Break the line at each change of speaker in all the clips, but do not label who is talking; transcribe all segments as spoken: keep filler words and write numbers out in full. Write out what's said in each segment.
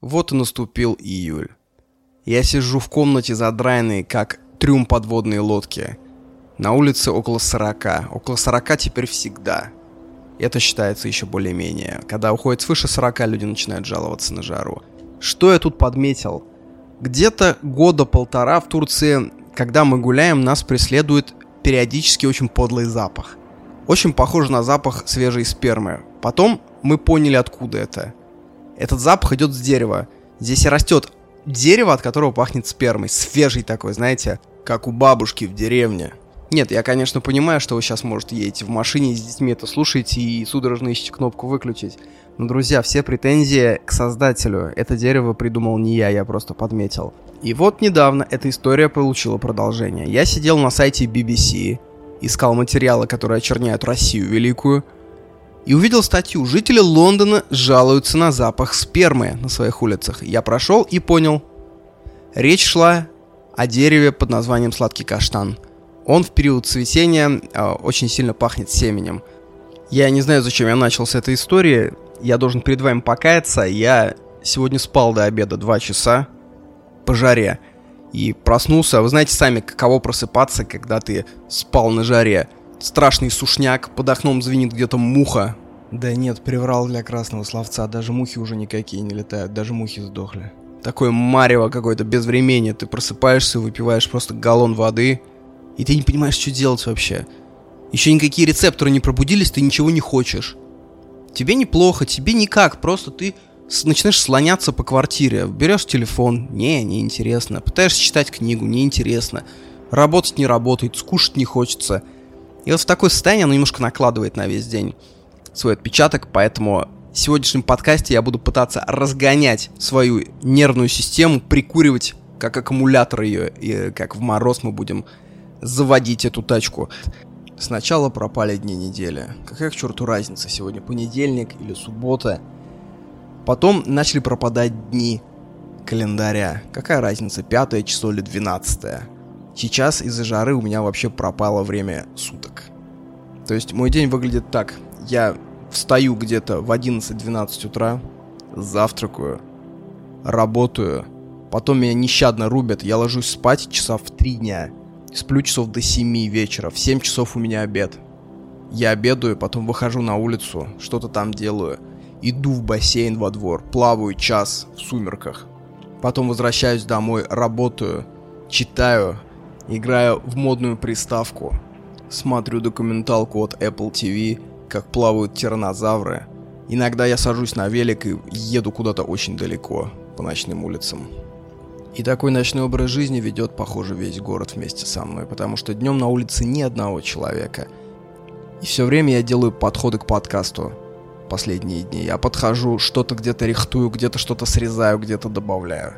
Вот и наступил июль. Я сижу в комнате задраенной, как трюм подводной лодки. На улице около сорока. Около сорока теперь всегда. Это считается еще более-менее. Когда уходит свыше сорока, люди начинают жаловаться на жару. Что я тут подметил? Где-то года полтора в Турции, когда мы гуляем, нас преследует периодически очень подлый запах. Очень похож на запах свежей спермы. Потом мы поняли, откуда это. Этот запах идет с дерева. Здесь растет дерево, от которого пахнет спермой. Свежий такой, знаете, как у бабушки в деревне. Нет, я, конечно, понимаю, что вы сейчас, может, едете в машине с детьми, это слушаете и судорожно ищете кнопку «выключить». Но, друзья, все претензии к создателю. Это дерево придумал не я, я просто подметил. И вот недавно эта история получила продолжение. Я сидел на сайте би би си, искал материалы, которые очерняют Россию великую, и увидел статью: жители Лондона жалуются на запах спермы на своих улицах. Я прошел и понял. Речь шла о дереве под названием сладкий каштан. Он в период цветения э, очень сильно пахнет семенем. Я не знаю, зачем я начал с этой истории. Я должен перед вами покаяться. Я сегодня спал до обеда два часа по жаре. И проснулся. Вы знаете сами, каково просыпаться, когда ты спал на жаре. Страшный сушняк, под окном звенит где-то муха. Да нет, приврал для красного словца. Даже мухи уже никакие не летают. Даже мухи сдохли. Такое марево какое-то безвременье. Ты просыпаешься, выпиваешь просто галлон воды, и ты не понимаешь, что делать вообще. Еще никакие рецепторы не пробудились, ты ничего не хочешь. Тебе неплохо, тебе никак. Просто ты с- начинаешь слоняться по квартире. Берешь телефон. Не, неинтересно. Пытаешься читать книгу. Неинтересно. Работать не работает, скушать не хочется. И вот в такое состояние оно немножко накладывает на весь день свой отпечаток. Поэтому в сегодняшнем подкасте я буду пытаться разгонять свою нервную систему, прикуривать как аккумулятор ее. И как в мороз мы будем заводить эту тачку. Сначала пропали дни недели. Какая к черту разница, сегодня понедельник или суббота. Потом начали пропадать дни календаря. Какая разница, пятое число или двенадцатое. Сейчас из-за жары у меня вообще пропало время суток. То есть мой день выглядит так. Я встаю где-то в одиннадцать-двенадцать утра, завтракаю, работаю. Потом меня нещадно рубят, я ложусь спать часа в три дня. Сплю часов до семи вечера. В семь часов у меня обед. Я обедаю, потом выхожу на улицу, что-то там делаю. Иду в бассейн во двор, плаваю час в сумерках. Потом возвращаюсь домой, работаю, читаю, играю в модную приставку. Смотрю документалку от Apple ти ви, как плавают тираннозавры. Иногда я сажусь на велик и еду куда-то очень далеко, по ночным улицам. И такой ночной образ жизни ведет, похоже, весь город вместе со мной, потому что днем на улице ни одного человека. И все время я делаю подходы к подкасту последние дни. Я подхожу, что-то где-то рихтую, где-то что-то срезаю, где-то добавляю.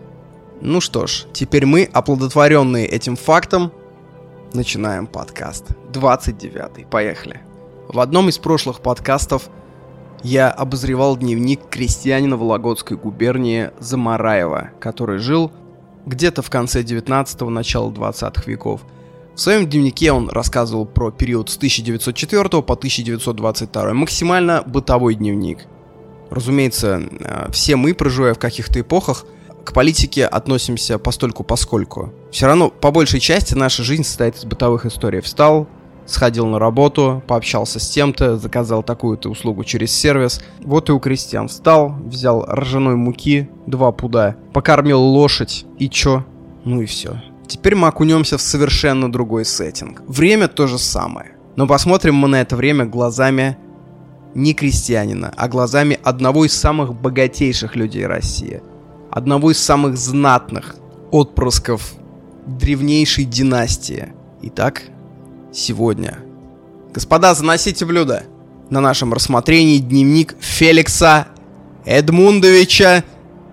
Ну что ж, теперь мы, оплодотворенные этим фактом, начинаем подкаст. двадцать девятый. Поехали. В одном из прошлых подкастов я обозревал дневник крестьянина Вологодской губернии Замараева, который жил где-то в конце девятнадцатого, начало двадцатых веков. В своем дневнике он рассказывал про период с тысяча девятьсот четвёртого по тысяча девятьсот двадцать второй. Максимально бытовой дневник. Разумеется, все мы, проживая в каких-то эпохах, к политике относимся постольку-поскольку. Все равно, по большей части, наша жизнь состоит из бытовых историй. Встал, сходил на работу, пообщался с тем-то, заказал такую-то услугу через сервис. Вот и у крестьян. Встал, взял ржаной муки, два пуда, покормил лошадь, и чё? Ну и все. Теперь мы окунемся в совершенно другой сеттинг. Время то же самое. Но посмотрим мы на это время глазами не крестьянина, а глазами одного из самых богатейших людей России. Одного из самых знатных отпрысков древнейшей династии. Итак, сегодня. Господа, заносите блюдо. На нашем рассмотрении дневник Феликса Эдмундовича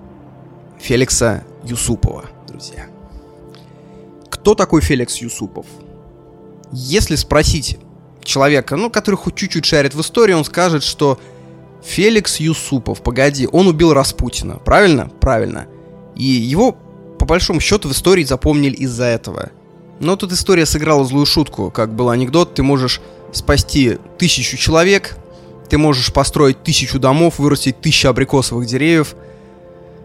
Феликса Юсупова, друзья. Кто такой Феликс Юсупов? Если спросить человека, ну, который хоть чуть-чуть шарит в истории, он скажет, что Феликс Юсупов, погоди, он убил Распутина, правильно? Правильно. И его, по большому счету, в истории запомнили из-за этого. Но тут история сыграла злую шутку. Как был анекдот, ты можешь спасти тысячу человек, ты можешь построить тысячу домов, вырастить тысячу абрикосовых деревьев,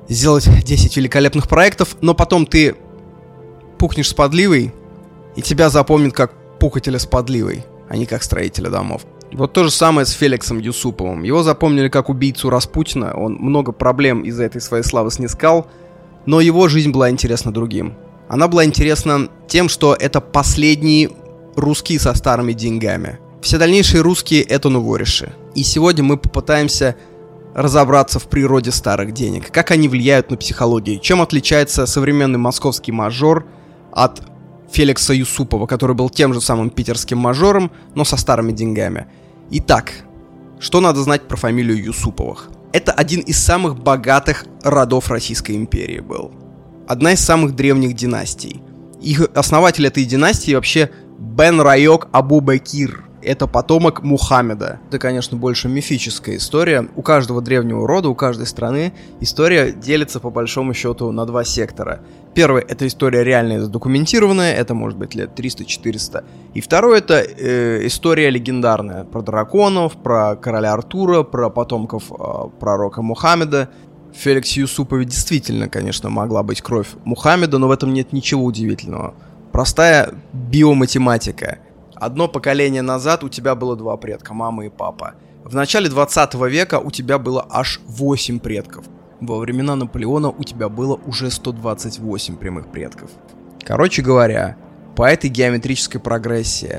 сделать десять великолепных проектов, но потом ты пухнешь с подливой, и тебя запомнят как пукателя с подливой, а не как строителя домов. Вот то же самое с Феликсом Юсуповым. Его запомнили как убийцу Распутина, он много проблем из-за этой своей славы снискал, но его жизнь была интересна другим. Она была интересна тем, что это последние русские со старыми деньгами. Все дальнейшие русские — это нувориши. И сегодня мы попытаемся разобраться в природе старых денег, как они влияют на психологию, чем отличается современный московский мажор от Феликса Юсупова, который был тем же самым питерским мажором, но со старыми деньгами. Итак, что надо знать про фамилию Юсуповых? Это один из самых богатых родов Российской империи был. Одна из самых древних династий. Их основатель этой династии вообще Бен Райок Абу Бекир. Это потомок Мухаммеда. Это, конечно, больше мифическая история. У каждого древнего рода, у каждой страны история делится, по большому счету, на два сектора. Первый — это история реальная, задокументированная, это может быть лет триста-четыреста. И второй — это э, история легендарная, про драконов, про короля Артура, про потомков э, пророка Мухаммеда. В Феликсе Юсупове действительно, конечно, могла быть кровь Мухаммеда, но в этом нет ничего удивительного. Простая биоматематика. Одно поколение назад у тебя было два предка, мама и папа. В начале двадцатого века у тебя было аж восемь предков. Во времена Наполеона у тебя было уже сто двадцать восемь прямых предков. Короче говоря, по этой геометрической прогрессии,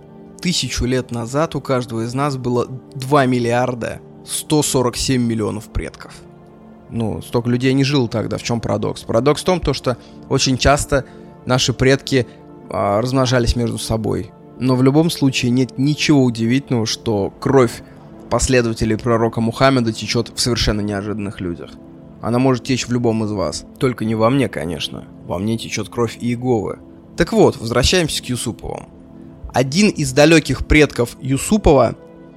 тысячу лет назад у каждого из нас было два миллиарда сто сорок семь миллионов предков. Ну, столько людей не жило тогда. В чем парадокс? Парадокс в том, то, что очень часто наши предки а, размножались между собой. Но в любом случае нет ничего удивительного, что кровь последователей пророка Мухаммеда течет в совершенно неожиданных людях. Она может течь в любом из вас. Только не во мне, конечно. Во мне течет кровь Иеговы. Так вот, возвращаемся к Юсуповым. Один из далеких предков Юсупова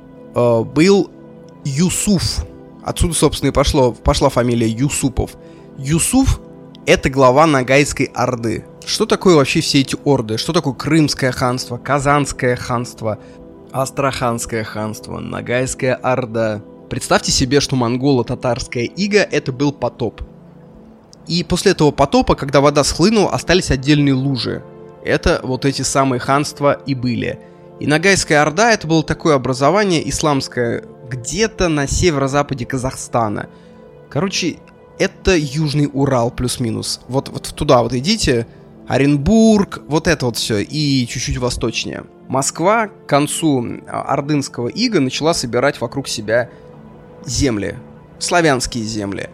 э, был Юсуф. Отсюда, собственно, и пошло, пошла фамилия Юсупов. Юсуф — это глава Ногайской Орды. Что такое вообще все эти орды? Что такое Крымское ханство, Казанское ханство, Астраханское ханство, Ногайская Орда? Представьте себе, что монголо-татарская ига — это был потоп. И после этого потопа, когда вода схлынула, остались отдельные лужи. Это вот эти самые ханства и были. И Ногайская Орда — это было такое образование исламское где-то на северо-западе Казахстана. Короче, это Южный Урал плюс-минус. Вот, вот туда вот идите, Оренбург, вот это вот все, и чуть-чуть восточнее. Москва к концу ордынского ига начала собирать вокруг себя земли, славянские земли.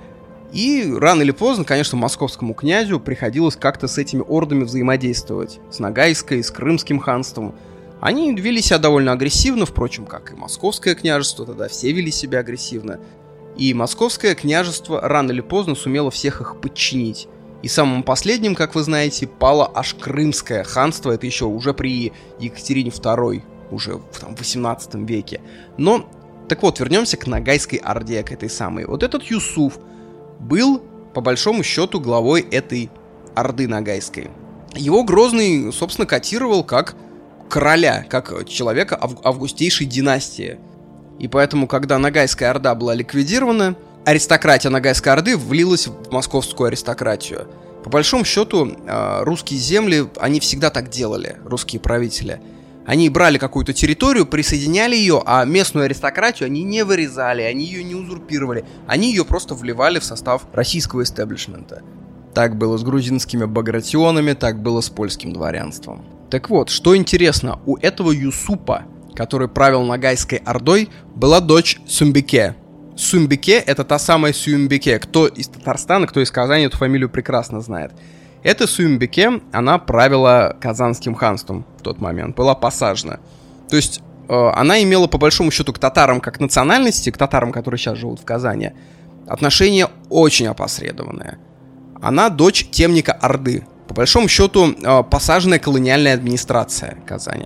И рано или поздно, конечно, московскому князю приходилось как-то с этими ордами взаимодействовать. С Ногайской, с Крымским ханством. Они вели себя довольно агрессивно, впрочем, как и Московское княжество, тогда все вели себя агрессивно. И Московское княжество рано или поздно сумело всех их подчинить. И самым последним, как вы знаете, пало аж Крымское ханство, это еще уже при Екатерине второй, уже в там, восемнадцатом веке. Но, так вот, вернемся к Ногайской Орде, к этой самой. Вот этот Юсуф был, по большому счету, главой этой Орды Ногайской. Его Грозный, собственно, котировал как короля, как человека ав- августейшей династии. И поэтому, когда Ногайская Орда была ликвидирована, аристократия Ногайской Орды влилась в московскую аристократию. По большому счету, русские земли, они всегда так делали, русские правители. Они брали какую-то территорию, присоединяли ее, а местную аристократию они не вырезали, они ее не узурпировали. Они ее просто вливали в состав российского истеблишмента. Так было с грузинскими багратионами, так было с польским дворянством. Так вот, что интересно, у этого Юсупа, который правил Ногайской Ордой, была дочь Сюмбике. Сюмбике — это та самая Сюмбике. Кто из Татарстана, кто из Казани эту фамилию прекрасно знает. Эта Сюмбике, она правила Казанским ханством в тот момент, была посажена. То есть э, она имела, по большому счету, к татарам как национальности, к татарам, которые сейчас живут в Казани, отношение очень опосредованное. Она дочь темника Орды. По большому счету, э, посаженная колониальная администрация Казани.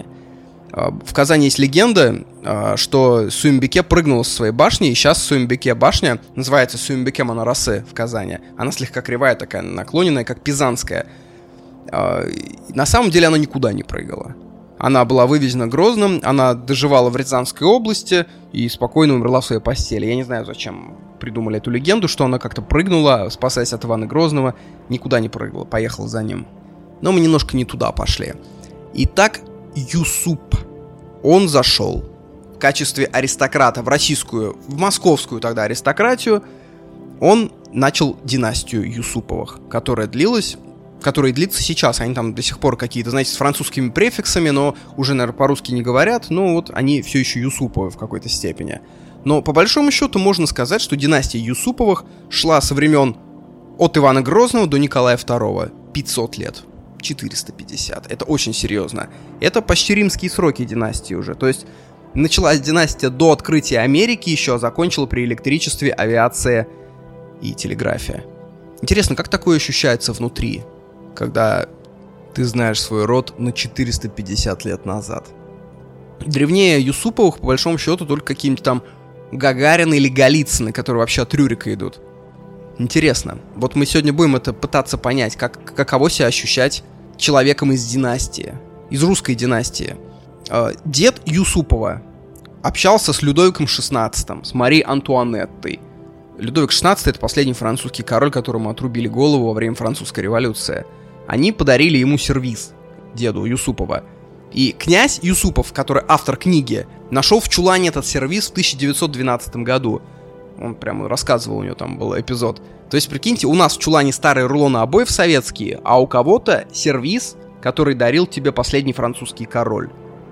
В Казани есть легенда, что Сюмбике прыгнула со своей башни, и сейчас Сюмбике башня называется Сюмбике Манарасы в Казани. Она слегка кривая, такая наклоненная, как пизанская. На самом деле она никуда не прыгала. Она была вывезена Грозным, она доживала в Рязанской области и спокойно умерла в своей постели. Я не знаю, зачем придумали эту легенду, что она как-то прыгнула, спасаясь от Ивана Грозного, никуда не прыгала, поехала за ним. Но мы немножко не туда пошли. Итак, Юсуп, он зашел в качестве аристократа в российскую, в московскую тогда аристократию. Он начал династию Юсуповых, которая длилась, которая длится сейчас. Они там до сих пор какие-то, знаете, с французскими префиксами, но уже, наверное, по-русски не говорят. Но вот они все еще Юсуповы в какой-то степени. Но по большому счету можно сказать, что династия Юсуповых шла со времен от Ивана Грозного до Николая второго. пятьсот лет. четыреста пятьдесят. Это очень серьезно. Это почти римские сроки династии уже. То есть началась династия до открытия Америки еще, а закончила при электричестве, авиации и телеграфия. Интересно, как такое ощущается внутри, когда ты знаешь свой род на четыреста пятьдесят лет назад? Древнее Юсуповых, по большому счету, только какие-нибудь там Гагарины или Голицыны, которые вообще от Рюрика идут. Интересно. Вот мы сегодня будем это пытаться понять, как, каково себя ощущать человеком из династии, из русской династии. Дед Юсупова общался с Людовиком шестнадцатым, с Марией Антуанеттой. Людовик шестнадцатый — это последний французский король, которому отрубили голову во время французской революции. Они подарили ему сервиз, деду Юсупова. И князь Юсупов, который автор книги, нашел в чулане этот сервиз в тысяча девятьсот двенадцатом году. Он прямо рассказывал, у него там был эпизод. То есть, прикиньте, у нас в чулане старые рулоны обоев советские, а у кого-то сервиз, который дарил тебе последний французский король.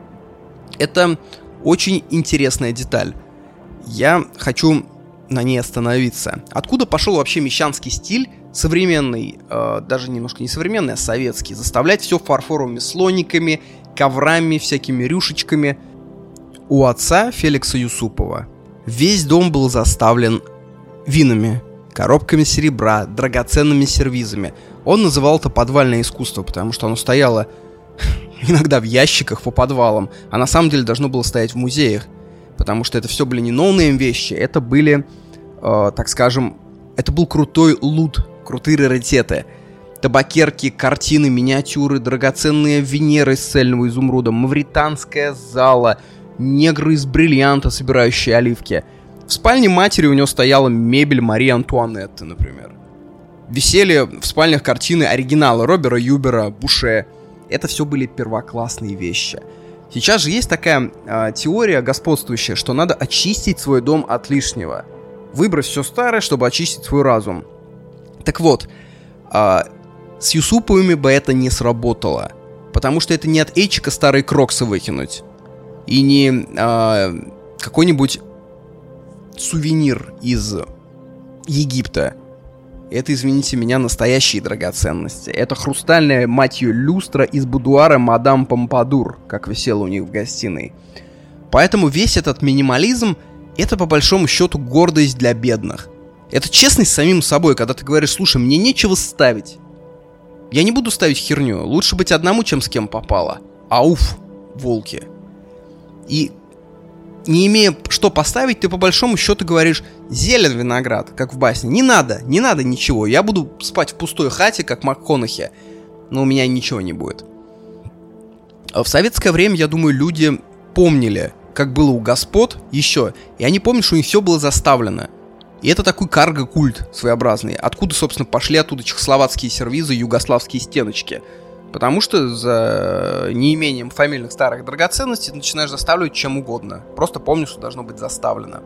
Это очень интересная деталь. Я хочу на ней остановиться. Откуда пошел вообще мещанский стиль, современный, э, даже немножко не современный, а советский, заставлять все фарфоровыми слониками, коврами, всякими рюшечками? У отца Феликса Юсупова весь дом был заставлен винами, коробками серебра, драгоценными сервизами. Он называл это подвальное искусство, потому что оно стояло иногда в ящиках по подвалам, а на самом деле должно было стоять в музеях, потому что это все были не ноунейм вещи, это были, э, так скажем, это был крутой лут, крутые раритеты. Табакерки, картины, миниатюры, драгоценные Венеры из цельного изумруда, мавританская зала, негры из бриллианта, собирающие оливки. В спальне матери у него стояла мебель Марии Антуанетты, например. Висели в спальнях картины оригинала Робера Юбера, Буше. Это все были первоклассные вещи. Сейчас же есть такая э, теория господствующая, что надо очистить свой дом от лишнего. Выбрать все старое, чтобы очистить свой разум. Так вот, э, с Юсуповыми бы это не сработало. Потому что это не от Эйчика старые кроксы выкинуть. И не э, какой-нибудь сувенир из Египта. Это, извините меня, настоящие драгоценности. Это хрустальная, мать ее, люстра из будуара мадам Помпадур, как висела у них в гостиной. Поэтому весь этот минимализм — это, по большому счету, гордость для бедных. Это честность с самим собой, когда ты говоришь: слушай, мне нечего ставить. Я не буду ставить херню. Лучше быть одному, чем с кем попало. Ауф, волки. И не имея что поставить, ты по большому счету говоришь: зелен виноград, как в басне. Не надо, не надо ничего. Я буду спать в пустой хате, как МакКонахи, но у меня ничего не будет. В советское время, я думаю, люди помнили, как было у господ еще, и они помнят, что у них все было заставлено. И это такой карго-культ своеобразный. Откуда, собственно, пошли оттуда чехословацкие сервизы, югославские стеночки. Потому что за неимением фамильных старых драгоценностей ты начинаешь заставлять чем угодно. Просто помни, что должно быть заставлено.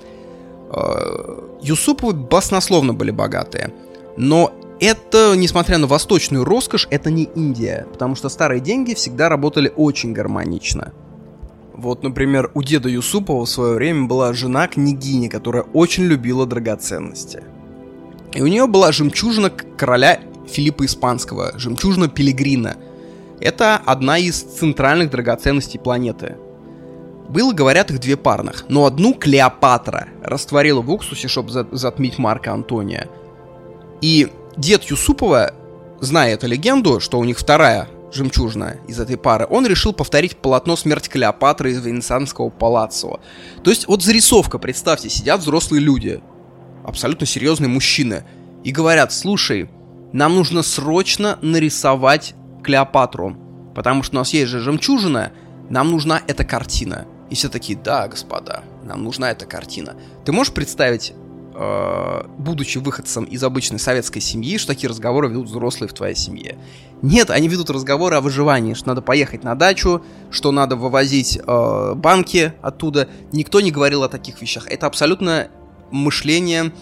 Юсуповы баснословно были богатые. Но это, несмотря на восточную роскошь, это не Индия. Потому что старые деньги всегда работали очень гармонично. Вот, например, у деда Юсупова в свое время была жена княгиня, которая очень любила драгоценности. И у нее была жемчужина короля Филиппа Испанского, жемчужина Пилигрина. Это одна из центральных драгоценностей планеты. Было, говорят, их две парных, но одну Клеопатра растворила в уксусе, чтобы затмить Марка Антония. И дед Юсупова, зная эту легенду, что у них вторая жемчужина из этой пары, он решил повторить полотно «Смерть Клеопатры» из Венецианского палаццо. То есть вот зарисовка, представьте, сидят взрослые люди, абсолютно серьезные мужчины, и говорят: слушай, нам нужно срочно нарисовать Клеопатру. Потому что у нас есть же жемчужина, нам нужна эта картина. И все такие, да, господа, нам нужна эта картина. Ты можешь представить, э, будучи выходцем из обычной советской семьи, что такие разговоры ведут взрослые в твоей семье? Нет, они ведут разговоры о выживании, что надо поехать на дачу, что надо вывозить э, банки оттуда. Никто не говорил о таких вещах. Это абсолютно мышление,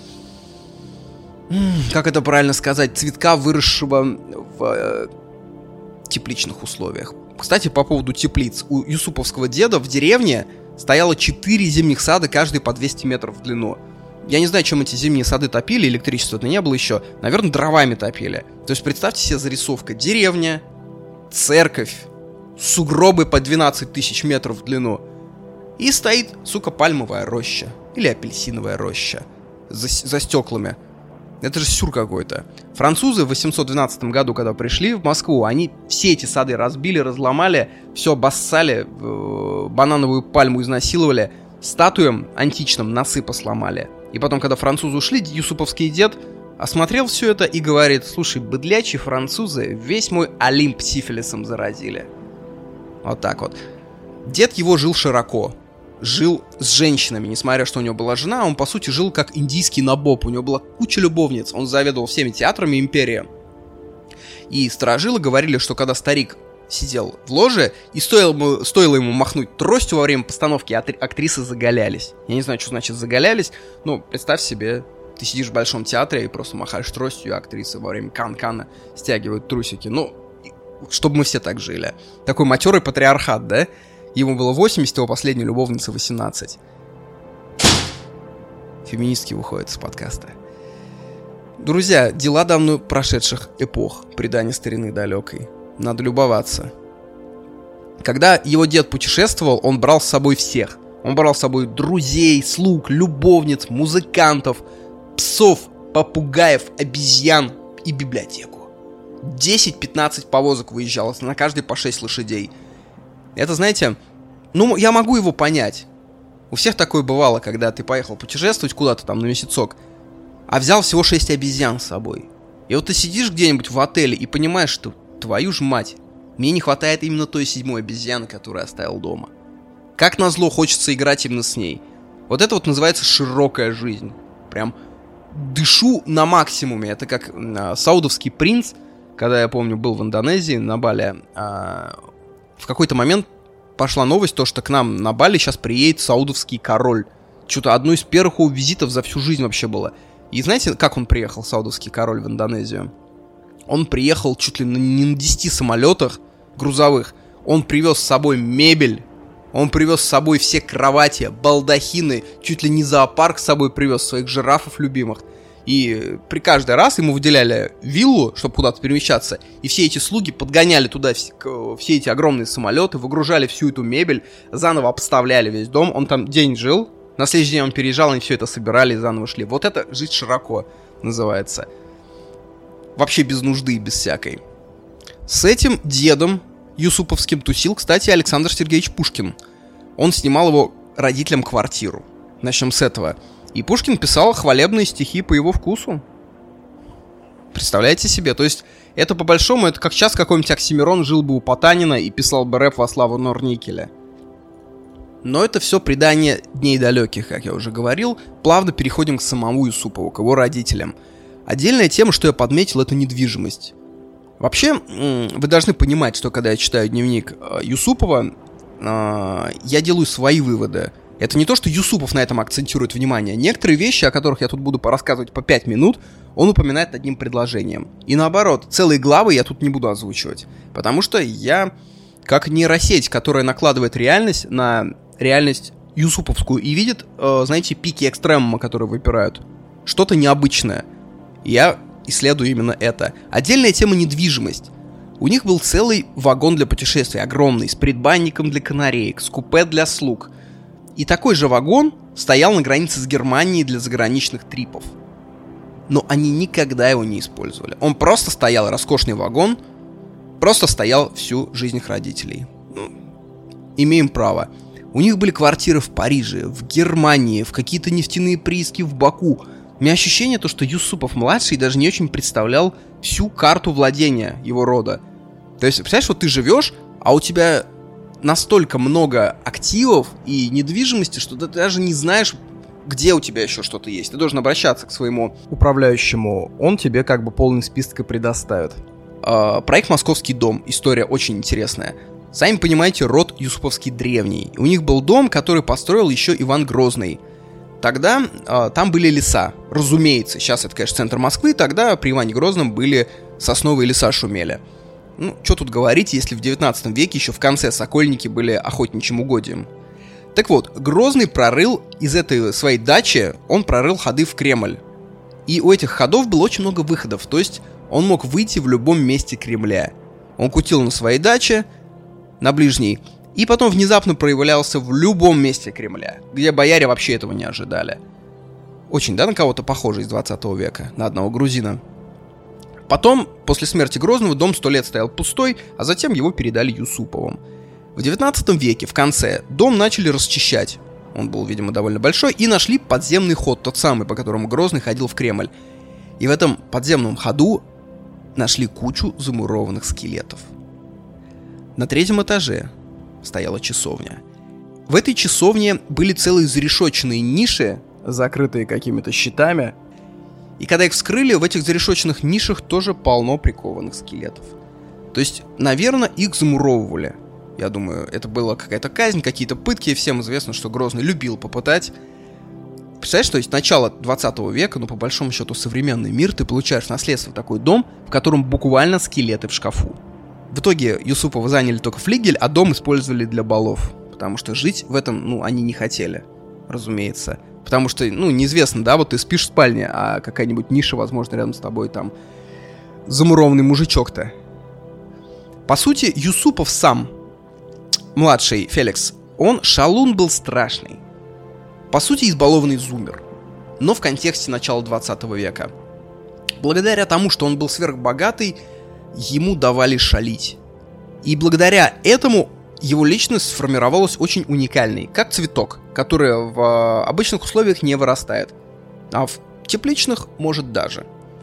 как это правильно сказать, цветка, выросшего в э, тепличных условиях. Кстати, по поводу теплиц. У юсуповского деда в деревне стояло четыре зимних сада, каждый по двести метров в длину. Я не знаю, чем эти зимние сады топили, электричества-то не было еще. Наверное, дровами топили. То есть представьте себе зарисовка. Деревня, церковь, сугробы по двенадцать тысяч метров в длину. И стоит, сука, пальмовая роща. Или апельсиновая роща. За, за стеклами. Это же сюр какой-то. Французы в восемьсот двенадцатом году, когда пришли в Москву, они все эти сады разбили, разломали, все обоссали, банановую пальму изнасиловали, статуям античным насыпа сломали. И потом, когда французы ушли, юсуповский дед осмотрел все это и говорит: слушай, быдлячие французы весь мой Олимп сифилисом заразили. Вот так вот. Дед его жил широко. Жил с женщинами, несмотря что у него была жена, он, по сути, жил как индийский набоб. У него была куча любовниц, он заведовал всеми театрами империи. И сторожилы говорили, что когда старик сидел в ложе, и стоило ему, стоило ему махнуть тростью во время постановки, актрисы заголялись. Я не знаю, что значит заголялись, но представь себе, ты сидишь в большом театре и просто махаешь тростью, и актрисы во время кан-кана стягивают трусики. Ну, чтобы мы все так жили. Такой матерый патриархат, да? Ему было восемьдесят, его последняя любовница восемнадцать. Феминистки выходят из подкаста. Друзья, дела давно прошедших эпох, предание старины далекой. Надо любоваться. Когда его дед путешествовал, он брал с собой всех. Он брал с собой друзей, слуг, любовниц, музыкантов, псов, попугаев, обезьян и библиотеку. десять-пятнадцать повозок выезжало, на каждой по шесть лошадей. Это, знаете, ну, я могу его понять. У всех такое бывало, когда ты поехал путешествовать куда-то там на месяцок, а взял всего шесть обезьян с собой. И вот ты сидишь где-нибудь в отеле и понимаешь, что, твою ж мать, мне не хватает именно той седьмой обезьяны, которую я оставил дома. Как назло, хочется играть именно с ней. Вот это вот называется широкая жизнь. Прям дышу на максимуме. Это как э, саудовский принц, когда, я помню, был в Индонезии на Бали, э, в какой-то момент пошла новость, то, что к нам на Бали сейчас приедет саудовский король. Что-то одно из первых его визитов за всю жизнь вообще было. И знаете, как он приехал, саудовский король, в Индонезию? Он приехал чуть ли не на десяти самолетах грузовых. Он привез с собой мебель. Он привез с собой все кровати, балдахины. Чуть ли не зоопарк с собой привез своих жирафов любимых. И при каждый раз ему выделяли виллу, чтобы куда-то перемещаться. И все эти слуги подгоняли туда все, все эти огромные самолеты, выгружали всю эту мебель, заново обставляли весь дом. Он там день жил, на следующий день он переезжал, они все это собирали и заново шли. Вот это жить широко называется. Вообще без нужды, без всякой. С этим дедом юсуповским тусил, кстати, Александр Сергеевич Пушкин. Он снимал его родителям квартиру. Начнем с этого. И Пушкин писал хвалебные стихи по его вкусу. Представляете себе? То есть, это по-большому, это как сейчас какой-нибудь Оксимирон жил бы у Потанина и писал бы рэп во славу Норникеля. Но это все предание дней далеких, как я уже говорил. Плавно переходим к самому Юсупову, к его родителям. Отдельная тема, что я подметил, это недвижимость. Вообще, вы должны понимать, что когда я читаю дневник Юсупова, я делаю свои выводы. Это не то, что Юсупов на этом акцентирует внимание. Некоторые вещи, о которых я тут буду рассказывать по пять минут, он упоминает одним предложением. И наоборот, целые главы я тут не буду озвучивать. Потому что я, как нейросеть, которая накладывает реальность на реальность юсуповскую и видит, э, знаете, пики экстремума, которые выпирают. Что-то необычное. Я исследую именно это. Отдельная тема — недвижимость. У них был целый вагон для путешествий, огромный, с предбанником для канареек, с купе для слуг. И такой же вагон стоял на границе с Германией для заграничных трипов. Но они никогда его не использовали. Он просто стоял, роскошный вагон, просто стоял всю жизнь их родителей. Ну, имеем право. У них были квартиры в Париже, в Германии, в какие-то нефтяные прииски в Баку. У меня ощущение, то, что Юсупов-младший даже не очень представлял всю карту владения его рода. То есть, представляешь, вот ты живешь, а у тебя настолько много активов и недвижимости, что ты даже не знаешь, где у тебя еще что-то есть. Ты должен обращаться к своему управляющему, он тебе как бы полный список и предоставит. Э, проект «Московский дом». История очень интересная. Сами понимаете, род Юсуповский древний. У них был дом, который построил еще Иван Грозный. Тогда э, там были леса, разумеется. Сейчас это, конечно, центр Москвы. Тогда при Иване Грозном были сосновые леса, шумели. Ну, что тут говорить, если в девятнадцатом веке еще в конце Сокольники были охотничьим угодьем. Так вот, Грозный прорыл из этой своей дачи, он прорыл ходы в Кремль. И у этих ходов было очень много выходов, то есть он мог выйти в любом месте Кремля. Он кутил на своей даче, на ближней, и потом внезапно проявлялся в любом месте Кремля, где бояре вообще этого не ожидали. Очень, да, на кого-то похоже из двадцатого века, на одного грузина. Потом, после смерти Грозного, дом сто лет стоял пустой, а затем его передали Юсуповым. В девятнадцатом веке, в конце, дом начали расчищать. Он был, видимо, довольно большой, и нашли подземный ход, тот самый, по которому Грозный ходил в Кремль. И в этом подземном ходу нашли кучу замурованных скелетов. На третьем этаже стояла часовня. В этой часовне были целые зарешоченные ниши, закрытые какими-то щитами. И когда их вскрыли, в этих зарешоченных нишах тоже полно прикованных скелетов. То есть, наверное, их замуровывали. Я думаю, это была какая-то казнь, какие-то пытки. Всем известно, что Грозный любил попытать. Представляешь, то есть начало двадцатого века, ну, по большому счету, современный мир, ты получаешь в наследство такой дом, в котором буквально скелеты в шкафу. В итоге Юсуповы заняли только флигель, а дом использовали для балов. Потому что жить в этом, ну, они не хотели, разумеется. Потому что, ну, неизвестно, да, вот ты спишь в спальне, а какая-нибудь ниша, возможно, рядом с тобой там замурованный мужичок-то. По сути, Юсупов сам, младший Феликс, он шалун был страшный. По сути, избалованный зумер. Но в контексте начала двадцатого века. Благодаря тому, что он был сверхбогатый, ему давали шалить. И благодаря этому его личность сформировалась очень уникальной, как цветок, который в обычных условиях не вырастает, а в тепличных может даже.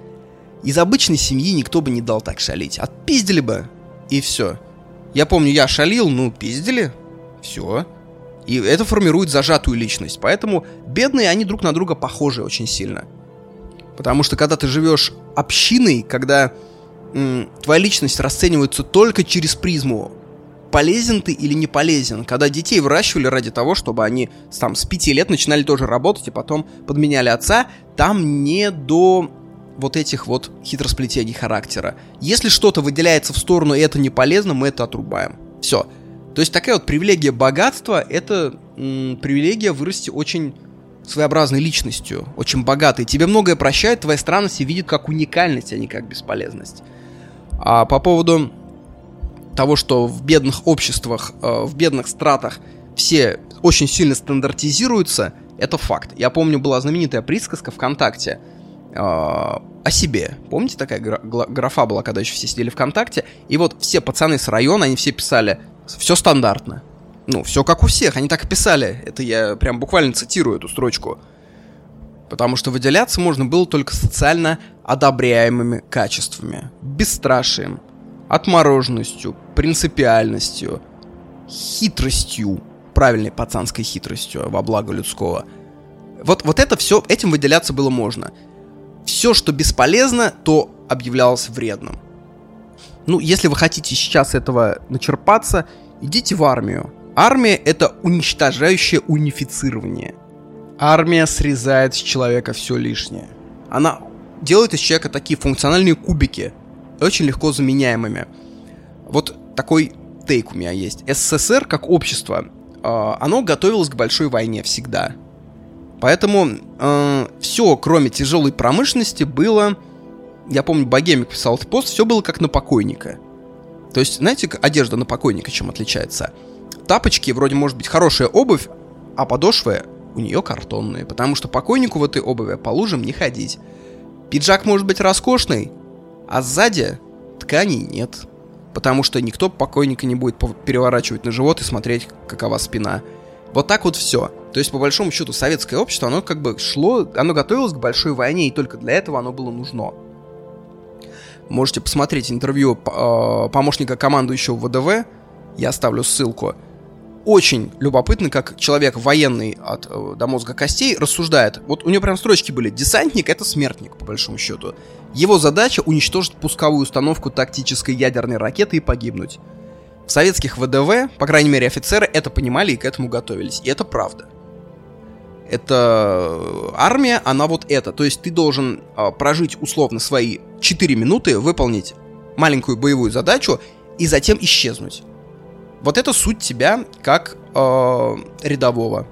Из обычной семьи никто бы не дал так шалить. Отпиздили бы, и все. Я помню, я шалил, ну, пиздили, все. И это формирует зажатую личность. Поэтому бедные, они друг на друга похожи очень сильно. Потому что когда ты живешь общиной, когда м, твоя личность расценивается только через призму, полезен ты или не полезен. Когда детей выращивали ради того, чтобы они там, с пяти лет начинали тоже работать и потом подменяли отца, там не до вот этих вот хитросплетений характера. Если что-то выделяется в сторону и это не полезно, мы это отрубаем. Все. То есть такая вот привилегия богатства, это м, привилегия вырасти очень своеобразной личностью, очень богатой. Тебе многое прощает, твоя странность видит как уникальность, а не как бесполезность. А по поводу того, что в бедных обществах, э, в бедных стратах все очень сильно стандартизируются, это факт. Я помню, была знаменитая присказка ВКонтакте э, о себе. Помните, такая гра- графа была, когда еще все сидели ВКонтакте? И вот все пацаны с района, они все писали: все стандартно. Ну, все как у всех, они так и писали. Это я прям буквально цитирую эту строчку. Потому что выделяться можно было только социально одобряемыми качествами. Бесстрашием, отмороженностью, принципиальностью, хитростью, правильной пацанской хитростью во благо людского. Вот, вот это все, этим выделяться было можно. Все, что бесполезно, то объявлялось вредным. Ну, если вы хотите сейчас этого начерпаться, идите в армию. Армия — это уничтожающее унифицирование. Армия срезает с человека все лишнее. Она делает из человека такие функциональные кубики, очень легко заменяемыми. Вот такой тейк у меня есть. СССР как общество, э, оно готовилось к большой войне всегда. Поэтому э, все, кроме тяжелой промышленности, было... Я помню, Богемик писал этот пост, все было как на покойника. То есть, знаете, одежда на покойника чем отличается? Тапочки, вроде, может быть, хорошая обувь, а подошвы у нее картонные, потому что покойнику в этой обуви по лужам не ходить. Пиджак может быть роскошный, а сзади тканей нет, потому что никто покойника не будет переворачивать на живот и смотреть, какова спина. Вот так вот все. То есть, по большому счету, советское общество, оно как бы шло, оно готовилось к большой войне, и только для этого оно было нужно. Можете посмотреть интервью э, помощника командующего ВДВ, я оставлю ссылку. Очень любопытно, как человек военный от, э, до мозга костей рассуждает. Вот у него прям строчки были: десантник — это смертник, по большому счету. Его задача — уничтожить пусковую установку тактической ядерной ракеты и погибнуть. В советских ВДВ, по крайней мере офицеры, это понимали и к этому готовились. И это правда. Это армия, она вот это. То есть ты должен э, прожить условно свои четыре минуты, выполнить маленькую боевую задачу и затем исчезнуть. Вот это суть тебя как э, рядового.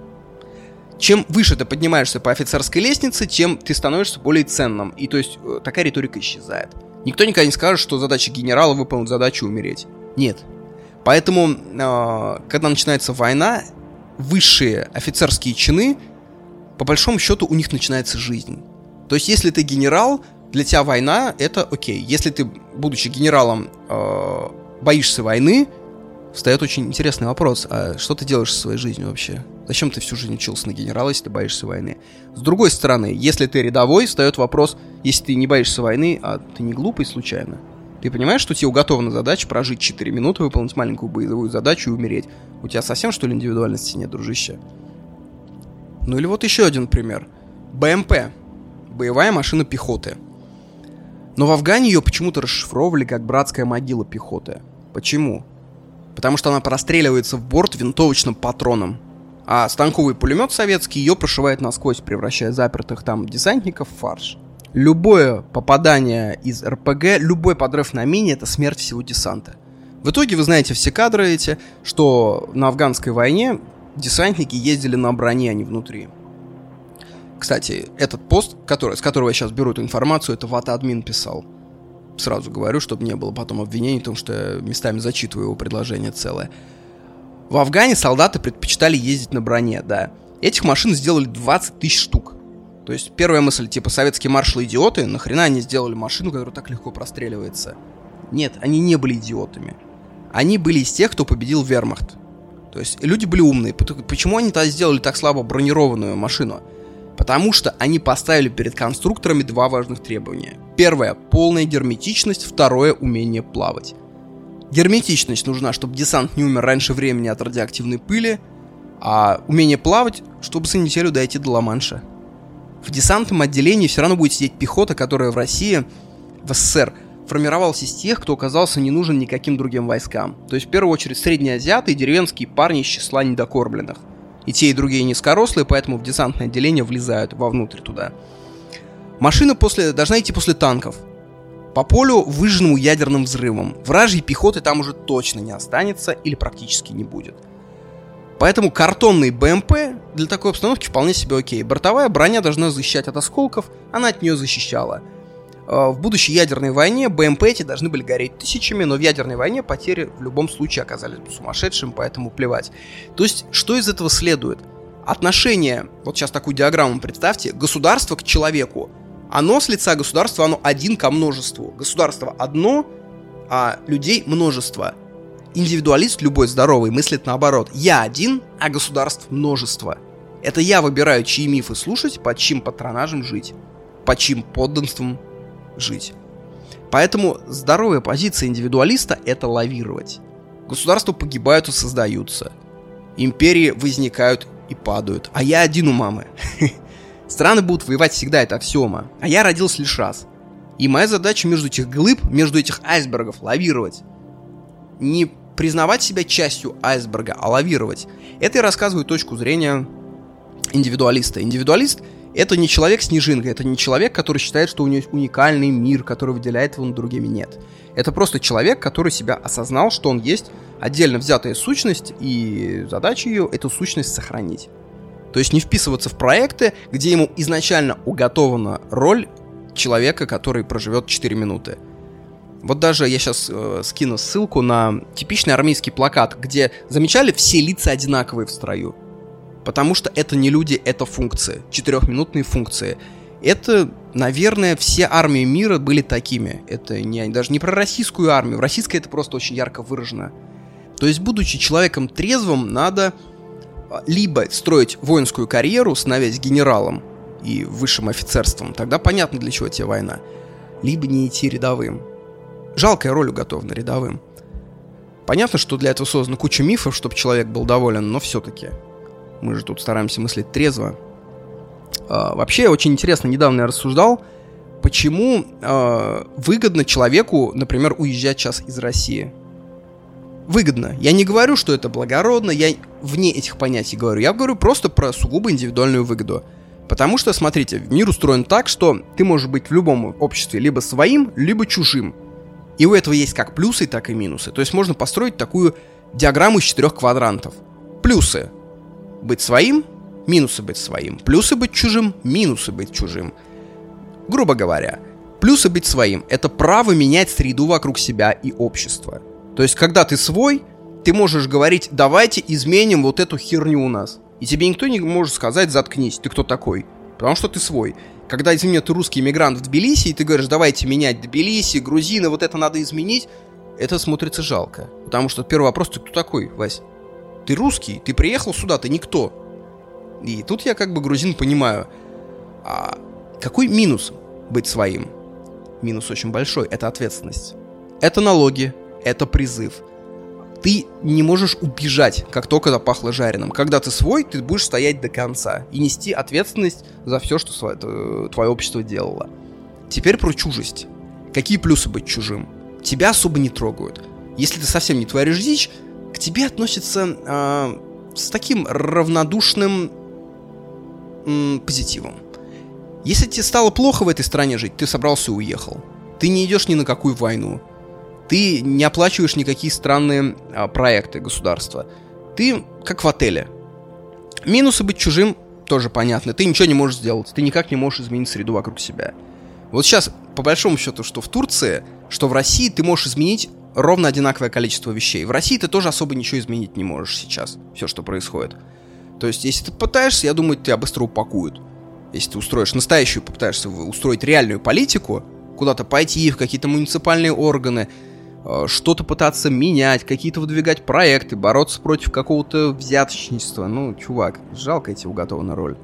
Чем выше ты поднимаешься по офицерской лестнице, тем ты становишься более ценным. И то есть э, такая риторика исчезает. Никто никогда не скажет, что задача генерала — выполнить задачу и умереть. Нет. Поэтому, э, когда начинается война, высшие офицерские чины, по большому счету, у них начинается жизнь. То есть, если ты генерал, для тебя война — это окей. Если ты, будучи генералом, э, боишься войны, встает очень интересный вопрос: а что ты делаешь со своей жизнью вообще? Зачем ты всю жизнь учился на генерала, если ты боишься войны? С другой стороны, если ты рядовой, встает вопрос: если ты не боишься войны, а ты не глупый случайно? Ты понимаешь, что тебе уготована задача прожить четыре минуты, выполнить маленькую боевую задачу и умереть? У тебя совсем, что ли, индивидуальности нет, дружище? Ну или вот еще один пример. БМП. Боевая машина пехоты. Но в Афгане ее почему-то расшифровывали как братская могила пехоты. Почему? Потому что она простреливается в борт винтовочным патроном. А станковый пулемет советский ее прошивает насквозь, превращая запертых там десантников в фарш. Любое попадание из РПГ, любой подрыв на мине — это смерть всего десанта. В итоге вы знаете все кадры эти, что на афганской войне десантники ездили на броне, а не внутри. Кстати, этот пост, который, с которого я сейчас беру эту информацию, это Ватадмин писал. Сразу говорю, чтобы не было потом обвинений в том, что я местами зачитываю его предложение целое. В Афгане солдаты предпочитали ездить на броне, да. Этих машин сделали двадцать тысяч штук. То есть первая мысль, типа, советские маршалы идиоты, нахрена они сделали машину, которая так легко простреливается? Нет, они не были идиотами. Они были из тех, кто победил вермахт. То есть люди были умные. Почему они тогда сделали так слабо бронированную машину? Потому что они поставили перед конструкторами два важных требования. Первое — полная герметичность, второе — умение плавать. Герметичность нужна, чтобы десант не умер раньше времени от радиоактивной пыли, а умение плавать, чтобы с неделю дойти до Ла-Манша. В десантном отделении все равно будет сидеть пехота, которая в России, в СССР, формировалась из тех, кто оказался не нужен никаким другим войскам. То есть, в первую очередь, средние азиаты и деревенские парни из числа недокормленных. И те, и другие низкорослые, поэтому в десантное отделение влезают вовнутрь туда. Машина после, должна идти после танков. По полю, выжженному ядерным взрывом. Вражьей пехоты там уже точно не останется или практически не будет. Поэтому картонный БМП для такой обстановки вполне себе окей. Бортовая броня должна защищать от осколков, она от нее защищала. В будущей ядерной войне БМП эти должны были гореть тысячами, но в ядерной войне потери в любом случае оказались бы сумасшедшими, поэтому плевать. То есть, что из этого следует? Отношение, вот сейчас такую диаграмму представьте, государство к человеку. Оно с лица государства, оно один ко множеству. Государство одно, а людей множество. Индивидуалист, любой здоровый, мыслит наоборот. Я один, а государств множество. Это я выбираю, чьи мифы слушать, под чьим патронажем жить, под чьим подданством жить. Поэтому здоровая позиция индивидуалиста — это лавировать. Государства погибают и создаются. Империи возникают и падают. А я один у мамы. Страны будут воевать всегда, это аксиома. А я родился лишь раз. И моя задача между этих глыб, между этих айсбергов лавировать. Не признавать себя частью айсберга, а лавировать. Это я рассказываю точку зрения индивидуалиста. Индивидуалист — это не человек-снежинка, это не человек, который считает, что у него есть уникальный мир, который выделяет его над другими. Нет. Это просто человек, который себя осознал, что он есть отдельно взятая сущность, и задача ее — эту сущность сохранить. То есть не вписываться в проекты, где ему изначально уготована роль человека, который проживет четыре минуты. Вот даже я сейчас э, скину ссылку на типичный армейский плакат, где, замечали, все лица одинаковые в строю. Потому что это не люди, это функции, четырехминутные функции. Это, наверное, все армии мира были такими. Это не, даже не про российскую армию. В российской это просто очень ярко выражено. То есть, будучи человеком трезвым, надо либо строить воинскую карьеру, становясь генералом и высшим офицерством. Тогда понятно, для чего тебе война. либо не идти рядовым. Жалкая роль уготована рядовым. Понятно, что для этого создана куча мифов, чтобы человек был доволен, но все-таки мы же тут стараемся мыслить трезво. А, вообще, очень интересно, недавно я рассуждал, почему а, выгодно человеку, например, уезжать сейчас из России. Выгодно. Я не говорю, что это благородно, я вне этих понятий говорю. Я говорю просто про сугубо индивидуальную выгоду. Потому что, смотрите, мир устроен так, что ты можешь быть в любом обществе либо своим, либо чужим. И у этого есть как плюсы, так и минусы. То есть можно построить такую диаграмму из четырех квадрантов. Плюсы — быть своим, минусы — быть своим. Плюсы — быть чужим, минусы — быть чужим. Грубо говоря, плюсы быть своим — это право менять среду вокруг себя и общество. То есть, когда ты свой, ты можешь говорить: давайте изменим вот эту херню у нас. И тебе никто не может сказать: заткнись, ты кто такой? Потому что ты свой. Когда, извини, ты русский иммигрант в Тбилиси, и ты говоришь: давайте менять Тбилиси, грузины, вот это надо изменить, это смотрится жалко. Потому что первый вопрос: ты кто такой, Вась? Ты русский, ты приехал сюда, ты никто. И тут я как бы грузин понимаю. А какой минус быть своим? Минус очень большой — это ответственность. Это налоги, это призыв. Ты не можешь убежать, как только запахло жареным. Когда ты свой, ты будешь стоять до конца и нести ответственность за все, что твое общество делало. Теперь про чужесть. Какие плюсы быть чужим? Тебя особо не трогают. Если ты совсем не творишь дичь, к тебе относятся э, с таким равнодушным э, позитивом. Если тебе стало плохо в этой стране жить, ты собрался и уехал. Ты не идешь ни на какую войну. Ты не оплачиваешь никакие странные а, проекты государства. Ты как в отеле. Минусы быть чужим тоже понятно. Ты ничего не можешь сделать. Ты никак не можешь изменить среду вокруг себя. Вот сейчас, по большому счету, что в Турции, что в России, ты можешь изменить ровно одинаковое количество вещей. В России ты тоже особо ничего изменить не можешь сейчас. Все, что происходит. То есть, если ты пытаешься, я думаю, тебя быстро упакуют. Если ты устроишь настоящую, попытаешься устроить реальную политику, куда-то пойти в какие-то муниципальные органы, что-то пытаться менять, какие-то выдвигать проекты, бороться против какого-то взяточничества. Ну, чувак, жалко тебе уготована роль.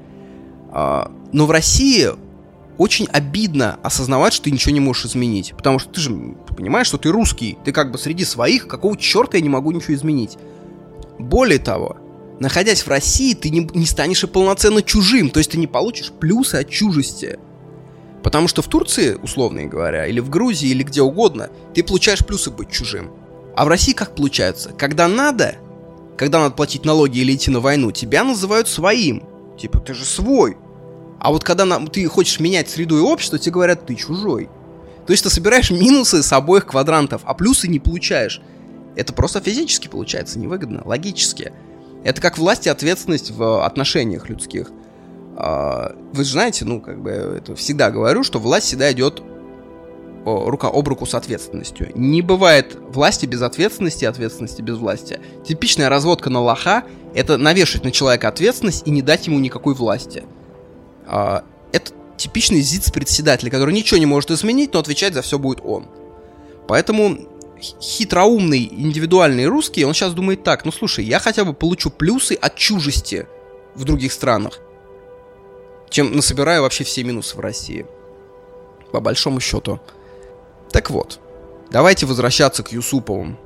Но в России очень обидно осознавать, что ты ничего не можешь изменить. Потому что ты же понимаешь, что ты русский. Ты как бы среди своих, какого черта я не могу ничего изменить. Более того, находясь в России, ты не, не станешь и полноценно чужим. То есть ты не получишь плюсы от чужести. Потому что в Турции, условно говоря, или в Грузии, или где угодно, ты получаешь плюсы быть чужим. А в России как получается? Когда надо, когда надо платить налоги или идти на войну, тебя называют своим. Типа, ты же свой. А вот когда на, ты хочешь менять среду и общество, тебе говорят: ты чужой. То есть ты собираешь минусы с обоих квадрантов, а плюсы не получаешь. Это просто физически получается невыгодно, логически. Это как власть и ответственность в отношениях людских. Вы же знаете, ну, как бы, это всегда говорю, что власть всегда идет рука об руку с ответственностью. Не бывает власти без ответственности, ответственности без власти. Типичная разводка на лоха — это навешать на человека ответственность и не дать ему никакой власти. Это типичный зиц-председатель, который ничего не может изменить, но отвечать за все будет он. Поэтому хитроумный, индивидуальный русский, он сейчас думает так: ну, слушай, я хотя бы получу плюсы от чужести в других странах, чем насобираю вообще все минусы в России. По большому счету. Так вот, давайте возвращаться к Юсуповым.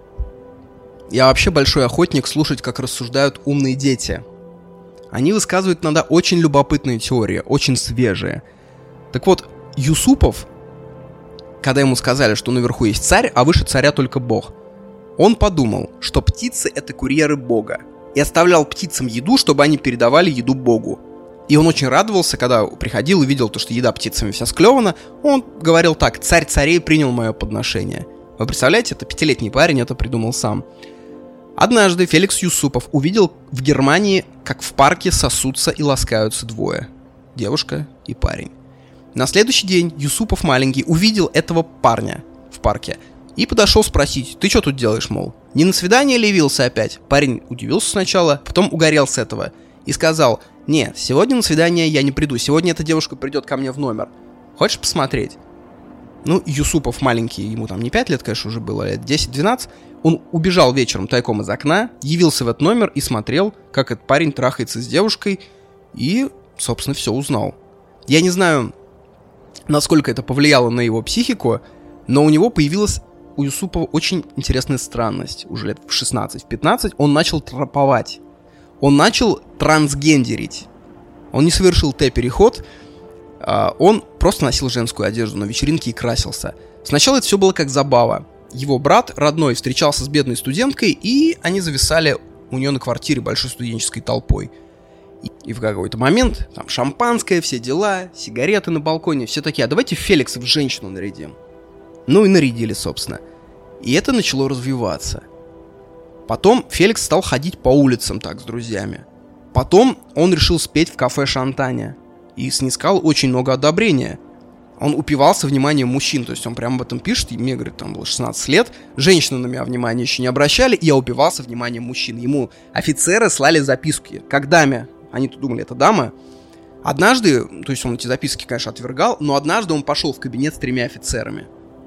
Я вообще большой охотник слушать, как рассуждают умные дети. Они высказывают иногда очень любопытные теории, очень свежие. Так вот, Юсупов, когда ему сказали, что наверху есть царь, а выше царя только бог, он подумал, что птицы — это курьеры бога, и оставлял птицам еду, чтобы они передавали еду богу. И он очень радовался, когда приходил и видел то, что еда птицами вся склевана. Он говорил так: царь царей принял мое подношение. Вы представляете, это пятилетний парень это придумал сам. Однажды Феликс Юсупов увидел в Германии, как в парке сосутся и ласкаются двое. Девушка и парень. На следующий день Юсупов маленький увидел этого парня в парке и подошел спросить: ты что тут делаешь, мол? Не на свидание ли явился опять? Парень удивился сначала, потом угорел с этого и сказал: нет, сегодня на свидание я не приду. Сегодня эта девушка придет ко мне в номер. Хочешь посмотреть? Ну, Юсупов маленький, ему там не пять лет, конечно, уже было, лет десять-двенадцать. Он убежал вечером тайком из окна, явился в этот номер и смотрел, как этот парень трахается с девушкой. И, собственно, все узнал. Я не знаю, насколько это повлияло на его психику, но у него появилась, у Юсупова, очень интересная странность. Уже лет в шестнадцать-пятнадцать он начал траповать. Он начал трансгендерить. Он не совершил Т-переход, он просто носил женскую одежду на вечеринке и красился. Сначала это все было как забава. Его брат родной встречался с бедной студенткой, и они зависали у нее на квартире большой студенческой толпой. И в какой-то момент там шампанское, все дела, сигареты на балконе, все такие: а давайте Феликса в женщину нарядим. Ну и нарядили, собственно. И это начало развиваться. Потом Феликс стал ходить по улицам так с друзьями. Потом он решил спеть в кафе Шантаня и снискал очень много одобрения. Он упивался вниманием мужчин, то есть он прямо об этом пишет, и мне, говорит, там было шестнадцать лет, женщины на меня внимания еще не обращали, и я упивался вниманием мужчин. Ему офицеры слали записки, как даме. Они-то думали, это дама. Однажды, то есть он эти записки, конечно, отвергал, но однажды он пошел в кабинет с тремя офицерами.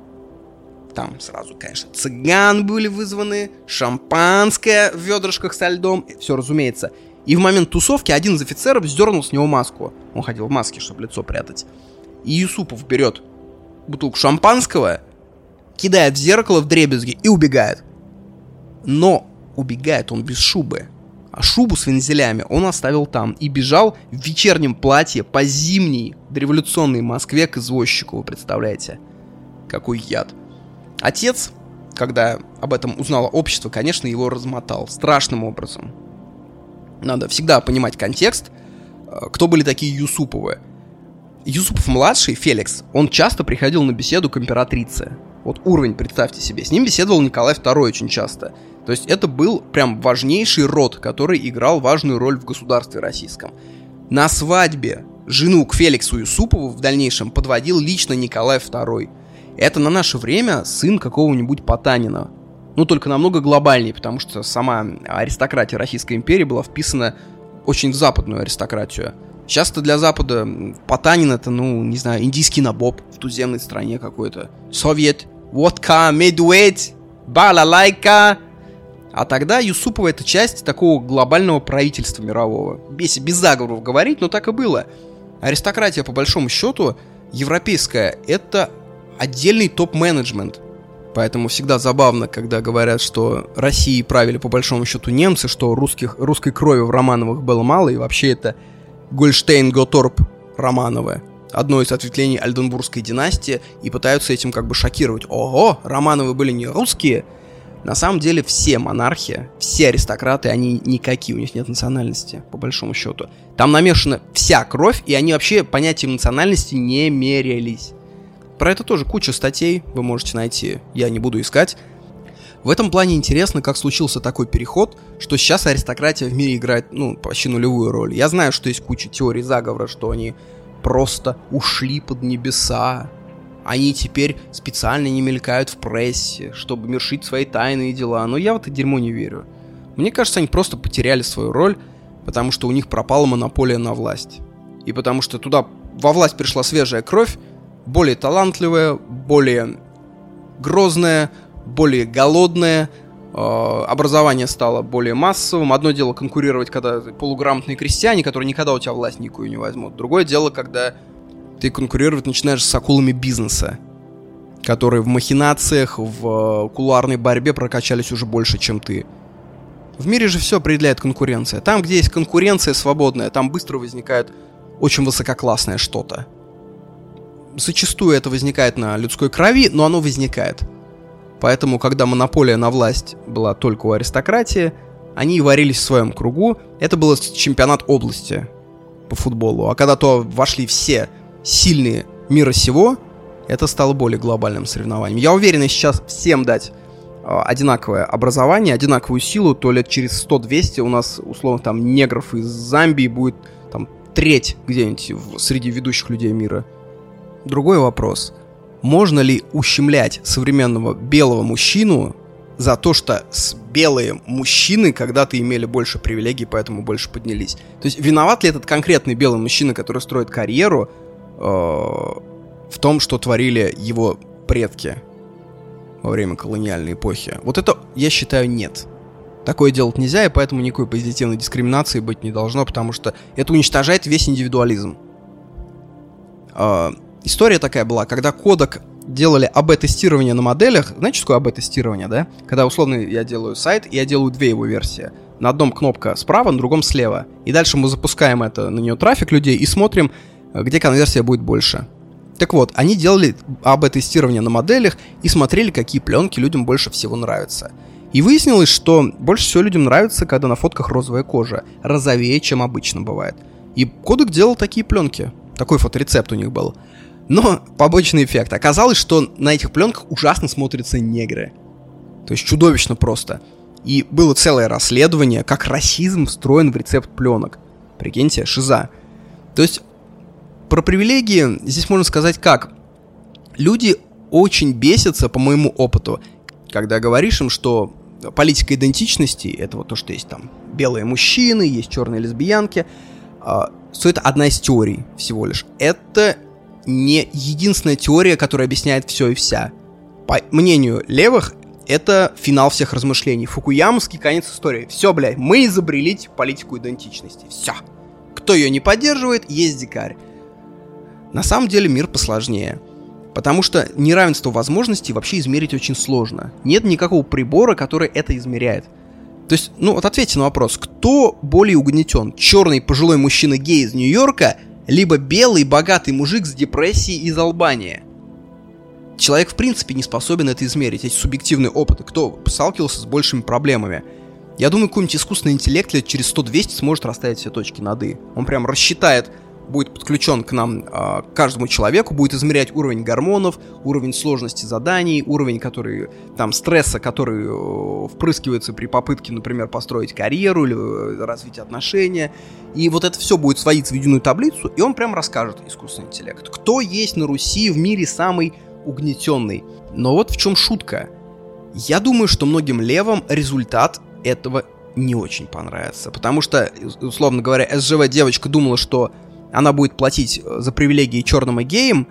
Там сразу, конечно, цыган были вызваны, шампанское в ведрышках со льдом, все, разумеется. И в момент тусовки один из офицеров сдернул с него маску. Он ходил в маске, чтобы лицо прятать. И Юсупов берет бутылку шампанского, кидает в зеркало вдребезги и убегает. Но убегает он без шубы. А шубу с вензелями он оставил там и бежал в вечернем платье по зимней дореволюционной Москве к извозчику, вы представляете? Какой яд. Отец, когда об этом узнало общество, конечно, его размотал страшным образом. Надо всегда понимать контекст, кто были такие Юсуповы. Юсупов-младший, Феликс, он часто приходил на беседу к императрице. Вот уровень, представьте себе. С ним беседовал Николай второй очень часто. То есть это был прям важнейший род, который играл важную роль в государстве российском. На свадьбе жену к Феликсу Юсупову в дальнейшем подводил лично Николай второй. Это на наше время сын какого-нибудь Потанина. Ну, только намного глобальнее, потому что сама аристократия Российской империи была вписана очень в западную аристократию. Сейчас-то для Запада Потанин — это, ну, не знаю, индийский набоб в туземной стране какой-то. Совет, водка, медведь, балалайка. А тогда Юсупово — это часть такого глобального правительства мирового. Если без заговоров говорить, но так и было. Аристократия, по большому счету, европейская, это отдельный топ-менеджмент. Поэтому всегда забавно, когда говорят, что Россией правили по большому счету немцы, что русских, русской крови в Романовых было мало, и вообще это Гольштейн-Готорп Романовы, одно из ответвлений Ольденбургской династии, и пытаются этим как бы шокировать. Ого, Романовы были не русские. На самом деле все монархи, все аристократы, они никакие, у них нет национальности, по большому счету. Там намешана вся кровь, и они вообще понятием национальности не мерялись. Про это тоже куча статей вы можете найти, я не буду искать. В этом плане интересно, как случился такой переход, что сейчас аристократия в мире играет, ну, почти нулевую роль. Я знаю, что есть куча теорий заговора, что они просто ушли под небеса. Они теперь специально не мелькают в прессе, чтобы вершить свои тайные дела. Но я в это дерьмо не верю. Мне кажется, они просто потеряли свою роль, потому что у них пропала монополия на власть. И потому что туда во власть пришла свежая кровь, более талантливая, более грозная, более голодная, э, образование стало более массовым. Одно дело конкурировать, когда полуграмотные крестьяне, которые никогда у тебя власть никакую не возьмут. Другое дело, когда ты конкурировать начинаешь с акулами бизнеса, которые в махинациях, в кулуарной борьбе прокачались уже больше, чем ты. В мире же все определяет конкуренция. Там, где есть конкуренция свободная, там быстро возникает очень высококлассное что-то. Зачастую это возникает на людской крови, но оно возникает. Поэтому, когда монополия на власть была только у аристократии, они варились в своем кругу. Это был чемпионат области по футболу. А когда то вошли все сильные мира сего, это стало более глобальным соревнованием. Я уверен, если сейчас всем дать э, одинаковое образование, одинаковую силу, то лет через сто-двести у нас, условно, там, негров из Замбии будет там треть где-нибудь в, среди ведущих людей мира. Другой вопрос. Можно ли ущемлять современного белого мужчину за то, что с белые мужчины когда-то имели больше привилегий, поэтому больше поднялись? То есть виноват ли этот конкретный белый мужчина, который строит карьеру, э, в том, что творили его предки во время колониальной эпохи? Вот это, я считаю, нет. Такое делать нельзя, и поэтому никакой позитивной дискриминации быть не должно, потому что это уничтожает весь индивидуализм. Э, история такая была, когда Kodak делали эй би-тестирование на моделях. Знаете, что такое эй би-тестирование, да? Когда, условно, я делаю сайт, и я делаю две его версии. На одном кнопка справа, на другом слева. И дальше мы запускаем это, на нее трафик людей и смотрим, где конверсия будет больше. Так вот, они делали эй би-тестирование на моделях и смотрели, какие пленки людям больше всего нравятся. И выяснилось, что больше всего людям нравится, когда на фотках розовая кожа. Розовее, чем обычно бывает. И Kodak делал такие пленки. Такой фоторецепт у них был. Но побочный эффект. Оказалось, что на этих пленках ужасно смотрятся негры. То есть чудовищно просто. И было целое расследование, как расизм встроен в рецепт пленок. Прикиньте, шиза. То есть про привилегии здесь можно сказать как. Люди очень бесятся, по моему опыту, когда говоришь им, что политика идентичности, это вот то, что есть там белые мужчины, есть черные лесбиянки, что это одна из теорий всего лишь. Это не единственная теория, которая объясняет все и вся. По мнению левых, это финал всех размышлений. Фукуямовский конец истории. Все, блядь, мы изобрели политику идентичности. Все. Кто ее не поддерживает, есть дикарь. На самом деле мир посложнее. Потому что неравенство возможностей вообще измерить очень сложно. Нет никакого прибора, который это измеряет. То есть, ну вот ответьте на вопрос, кто более угнетен? Черный пожилой мужчина-гей из Нью-Йорка, либо белый богатый мужик с депрессией из Албании? Человек в принципе не способен это измерить, эти субъективные опыты. Кто сталкивался с большими проблемами? Я думаю, какой-нибудь искусственный интеллект лет через сто-двести сможет расставить все точки над «и». Он прям рассчитает, будет подключен к нам, к каждому человеку, будет измерять уровень гормонов, уровень сложности заданий, уровень который, там, стресса, который впрыскивается при попытке, например, построить карьеру или развить отношения. И вот это все будет сводиться в единую таблицу, и он прям расскажет, искусственный интеллект, кто есть на Руси в мире самый угнетенный. Но вот в чем шутка. Я думаю, что многим левым результат этого не очень понравится. Потому что, условно говоря, эс жэ вэ-девочка думала, что она будет платить за привилегии черным и геям,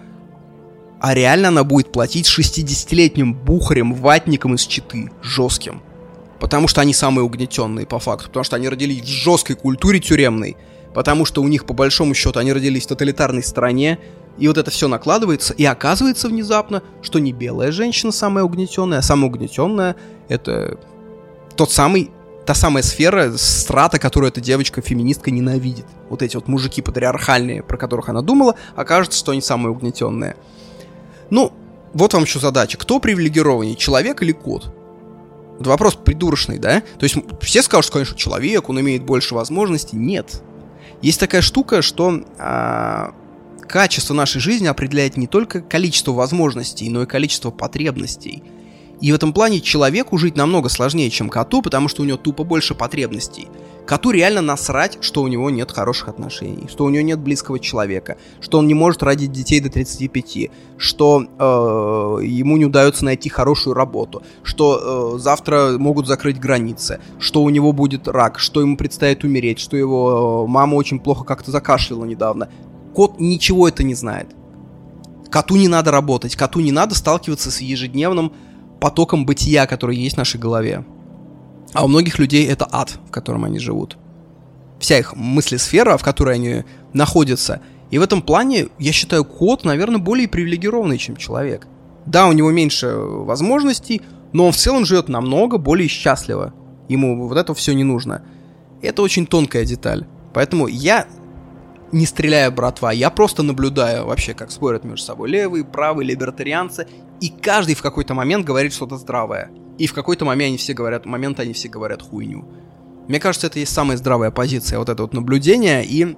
а реально она будет платить шестидесятилетним бухарям, ватникам из Читы, жестким. Потому что они самые угнетенные по факту. Потому что они родились в жесткой культуре тюремной. Потому что у них, по большому счету, они родились в тоталитарной стране. И вот это все накладывается. И оказывается внезапно, что не белая женщина самая угнетенная, а самая угнетенная — это тот самый... Та самая сфера, страта, которую эта девочка-феминистка ненавидит. Вот эти вот мужики патриархальные, про которых она думала, окажется, что они самые угнетенные. Ну, вот вам еще задача. Кто привилегированнее, человек или кот? Это вопрос придурочный, да? То есть все скажут, что, конечно, человек, он имеет больше возможностей. Нет. Есть такая штука, что а, качество нашей жизни определяет не только количество возможностей, но и количество потребностей. И в этом плане человеку жить намного сложнее, чем коту, потому что у него тупо больше потребностей. Коту реально насрать, что у него нет хороших отношений, что у него нет близкого человека, что он не может родить детей до тридцати пяти, что э, ему не удается найти хорошую работу, что э, завтра могут закрыть границы, что у него будет рак, что ему предстоит умереть, что его э, мама очень плохо как-то закашляла недавно. Кот ничего это не знает. Коту не надо работать, коту не надо сталкиваться с ежедневным потоком бытия, который есть в нашей голове. А у многих людей это ад, в котором они живут. Вся их мыслесфера, в которой они находятся. И в этом плане, я считаю, кот, наверное, более привилегированный, чем человек. Да, у него меньше возможностей, но он в целом живет намного более счастливо. Ему вот это все не нужно. Это очень тонкая деталь. Поэтому я не стреляю, братва, я просто наблюдаю вообще, как спорят между собой левые, правые, либертарианцы, и каждый в какой-то момент говорит что-то здравое. И в какой-то момент они все говорят, момент они все говорят хуйню. Мне кажется, это есть самая здравая позиция, вот это вот наблюдение и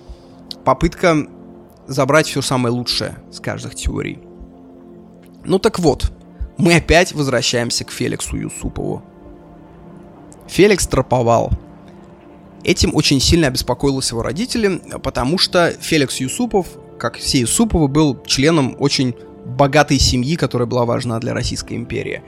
попытка забрать все самое лучшее с каждых теорий. Ну так вот, мы опять возвращаемся к Феликсу Юсупову. Феликс траповал. Этим очень сильно обеспокоились его родители, потому что Феликс Юсупов, как все Юсуповы, был членом очень богатой семьи, которая была важна для Российской империи.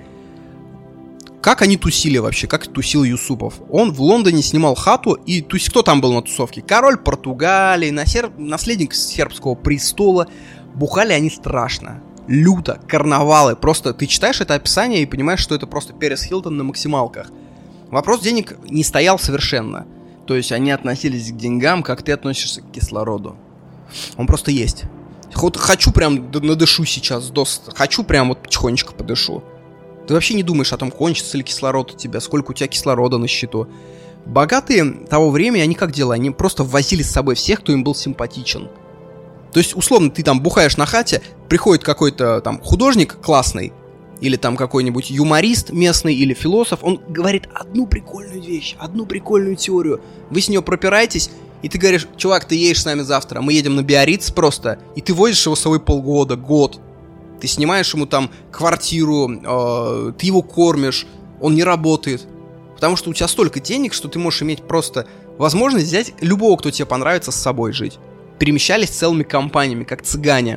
Как они тусили вообще? Как тусил Юсупов? Он в Лондоне снимал хату, и тус... кто там был на тусовке? Король Португалии, насер... наследник сербского престола. Бухали они страшно. Люто. Карнавалы. Просто ты читаешь это описание и понимаешь, что это просто Перес Хилтон на максималках. Вопрос денег не стоял совершенно. То есть они относились к деньгам, как ты относишься к кислороду. Он просто есть. Вот хочу прям надышу сейчас досыта, хочу прям вот потихонечку подышу. Ты вообще не думаешь о том, кончится ли кислород у тебя, сколько у тебя кислорода на счету. Богатые того времени, они как делали? Они просто возили с собой всех, кто им был симпатичен. То есть, условно, ты там бухаешь на хате, приходит какой-то там художник классный, или там какой-нибудь юморист местный, или философ, он говорит одну прикольную вещь, одну прикольную теорию. Вы с нее пропираетесь, и ты говоришь: чувак, ты едешь с нами завтра, мы едем на Биарриц просто, и ты возишь его с собой полгода, год. Ты снимаешь ему там квартиру, э, ты его кормишь, он не работает. Потому что у тебя столько денег, что ты можешь иметь просто возможность взять любого, кто тебе понравится, с собой жить. Перемещались целыми компаниями, как цыгане.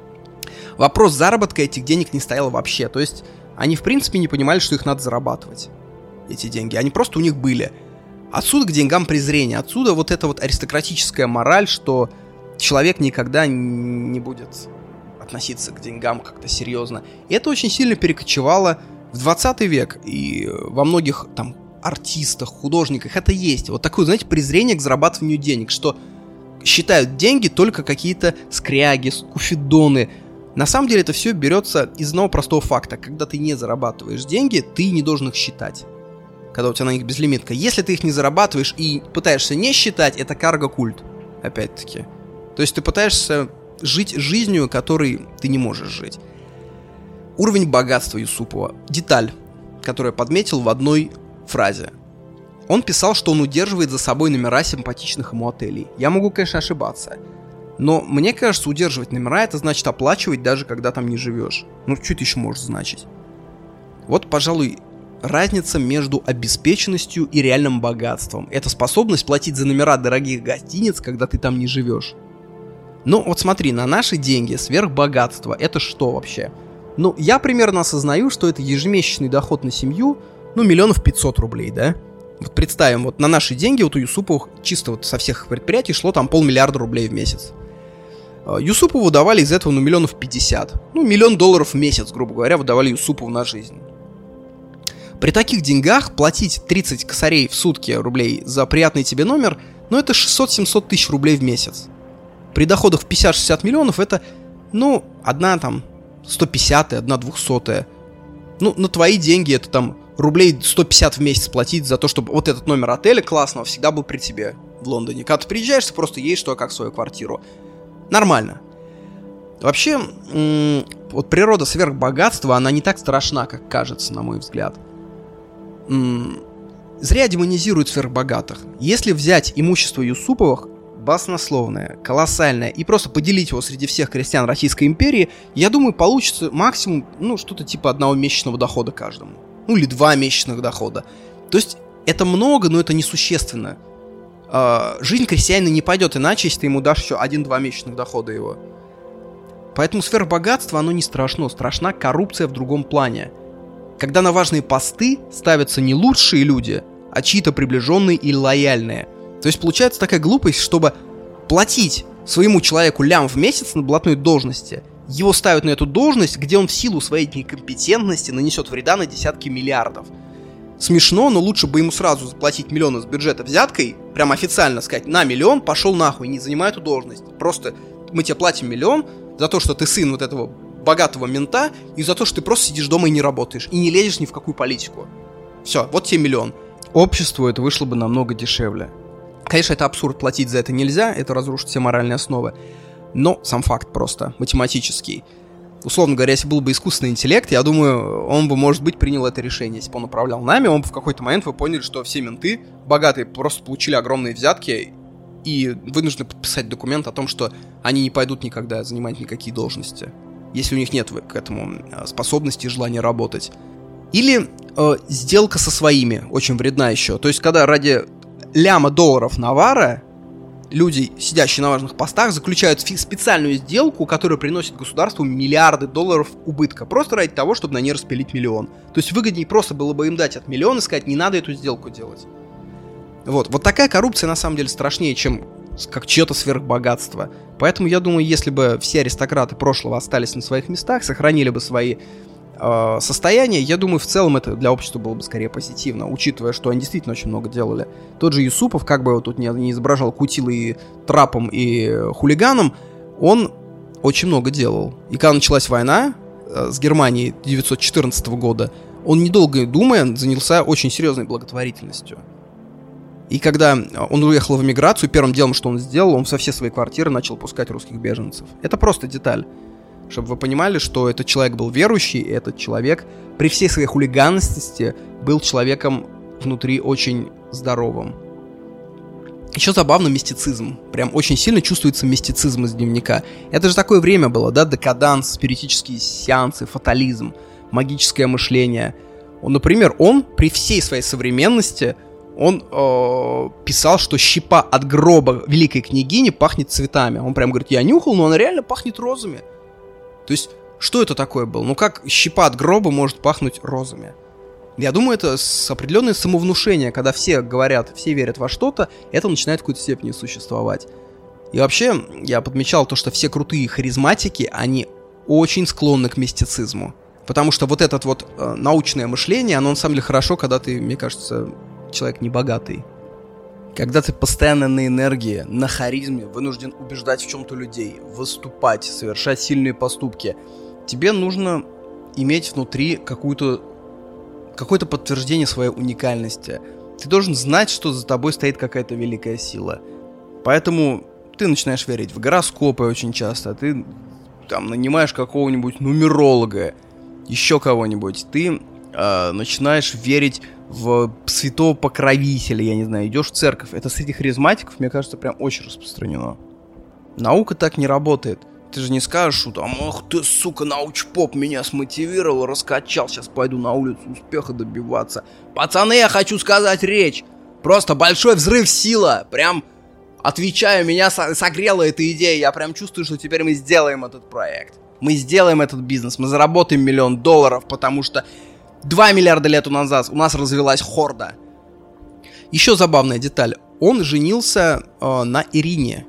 Вопрос заработка этих денег не стоял вообще. То есть они в принципе не понимали, что их надо зарабатывать, эти деньги. Они просто у них были. Отсюда к деньгам презрение. Отсюда вот эта вот аристократическая мораль, что человек никогда не будет относиться к деньгам как-то серьезно. И это очень сильно перекочевало в двадцатый век. И во многих там артистах, художниках это есть. Вот такое, знаете, презрение к зарабатыванию денег, что считают деньги только какие-то скряги, скуфидоны. На самом деле это все берется из одного простого факта. Когда ты не зарабатываешь деньги, ты не должен их считать. Когда у тебя на них безлимитка. Если ты их не зарабатываешь и пытаешься не считать, это карго-культ. Опять-таки. То есть ты пытаешься жить жизнью, которой ты не можешь жить. Уровень богатства Юсупова. Деталь, которую я подметил в одной фразе. Он писал, что он удерживает за собой номера симпатичных ему отелей. Я могу, конечно, ошибаться. Но мне кажется, удерживать номера — это значит оплачивать, даже когда там не живешь. Ну, что это еще может значить? Вот, пожалуй, разница между обеспеченностью и реальным богатством. Это способность платить за номера дорогих гостиниц, когда ты там не живешь. Ну, вот смотри, на наши деньги сверхбогатство — это что вообще? Ну, я примерно осознаю, что это ежемесячный доход на семью, ну, миллионов пятьсот рублей, да? Вот представим, вот на наши деньги вот у Юсуповых чисто вот со всех предприятий шло там полмиллиарда рублей в месяц. Юсупову давали из этого, ну, миллионов пятьдесят. Ну, миллион долларов в месяц, грубо говоря, выдавали Юсупову на жизнь. При таких деньгах платить тридцать косарей в сутки рублей за приятный тебе номер, ну, это шестьсот-семьсот тысяч рублей в месяц. При доходах в пятьдесят-шестьдесят миллионов это, ну, одна там сто пятьдесят, одна двухсотая. Ну, на твои деньги это там рублей сто пятьдесят в месяц платить за то, чтобы вот этот номер отеля классного всегда был при тебе в Лондоне. Когда ты приезжаешь, ты просто едешь туда как в свою квартиру. Нормально. Вообще, м- вот природа сверхбогатства, она не так страшна, как кажется, на мой взгляд. М- зря демонизируют сверхбогатых. Если взять имущество Юсуповых, баснословное, колоссальное, и просто поделить его среди всех крестьян Российской империи, я думаю, получится максимум, ну, что-то типа одного месячного дохода каждому. Ну, или два месячных дохода. То есть, это много, но это несущественно. Э, жизнь крестьянина не пойдет иначе, если ты ему дашь еще один-два месячных дохода его. Поэтому сверхбогатство, оно не страшно. Страшна коррупция в другом плане. Когда на важные посты ставятся не лучшие люди, а чьи-то приближенные и лояльные. То есть, получается такая глупость, чтобы платить своему человеку лям в месяц на блатной должности. Его ставят на эту должность, где он в силу своей некомпетентности нанесет вреда на десятки миллиардов. Смешно, но лучше бы ему сразу заплатить миллион из бюджета взяткой, прям официально сказать: на миллион, пошел нахуй, не занимай эту должность. Просто мы тебе платим миллион за то, что ты сын вот этого богатого мента, и за то, что ты просто сидишь дома и не работаешь, и не лезешь ни в какую политику. Все, вот тебе миллион. Обществу это вышло бы намного дешевле. Конечно, это абсурд, платить за это нельзя, это разрушит все моральные основы. Но сам факт просто математический. Условно говоря, если был бы искусственный интеллект, я думаю, он бы, может быть, принял это решение. Если бы он управлял нами, он бы в какой-то момент вы поняли, что все менты богатые просто получили огромные взятки и вынуждены подписать документ о том, что они не пойдут никогда занимать никакие должности, если у них нет к этому способности и желания работать. Или э, сделка со своими очень вредна еще. То есть, когда ради ляма долларов навара люди, сидящие на важных постах, заключают специальную сделку, которая приносит государству миллиарды долларов убытка, просто ради того, чтобы на ней распилить миллион. То есть выгоднее просто было бы им дать от миллиона и сказать: не надо эту сделку делать. Вот, вот такая коррупция на самом деле страшнее, чем как чье-то сверхбогатство. Поэтому я думаю, если бы все аристократы прошлого остались на своих местах, сохранили бы свои э, состояния, я думаю, в целом это для общества было бы скорее позитивно, учитывая, что они действительно очень много делали. Тот же Юсупов, как бы его тут не, не изображал кутилой, трапом и хулиганом, он очень много делал. И когда началась война э, с Германией тысяча девятьсот четырнадцатого года, он, недолго думая, занялся очень серьезной благотворительностью. И когда он уехал в эмиграцию, первым делом, что он сделал, он со всей своей квартиры начал пускать русских беженцев. Это просто деталь. Чтобы вы понимали, что этот человек был верующий, и этот человек при всей своей хулиганности был человеком внутри очень здоровым. Еще забавно мистицизм. Прям очень сильно чувствуется мистицизм из дневника. Это же такое время было, да, декаданс, спиритические сеансы, фатализм, магическое мышление. Он, например, он при всей своей современности, он э, писал, что щепа от гроба великой княгини пахнет цветами. Он прям говорит, я нюхал, но она реально пахнет розами. То есть, что это такое было? Ну как щепа от гроба может пахнуть розами? Я думаю, это с определенное самовнушение, когда все говорят, все верят во что-то, это начинает в какой-то степени существовать. И вообще, я подмечал то, что все крутые харизматики, они очень склонны к мистицизму. Потому что вот это вот э, научное мышление, оно на самом деле хорошо, когда ты, мне кажется, человек небогатый. Когда ты постоянно на энергии, на харизме, вынужден убеждать в чем-то людей, выступать, совершать сильные поступки, тебе нужно иметь внутри какую-то, какое-то подтверждение своей уникальности. Ты должен знать, что за тобой стоит какая-то великая сила. Поэтому ты начинаешь верить в гороскопы очень часто, ты там нанимаешь какого-нибудь нумеролога, еще кого-нибудь, ты э, начинаешь верить в святого покровителя, я не знаю, идешь в церковь. Это среди харизматиков, мне кажется, прям очень распространено. Наука так не работает. Ты же не скажешь, что там, ах ты, сука, научпоп меня смотивировал, раскачал, сейчас пойду на улицу успеха добиваться. Пацаны, я хочу сказать речь. Просто большой взрыв сила. Прям отвечаю, меня согрела эта идея. Я прям чувствую, что теперь мы сделаем этот проект. Мы сделаем этот бизнес, мы заработаем миллион долларов, потому что два миллиарда лет назад у нас развелась хорда. Еще забавная деталь. Он женился э, на Ирине.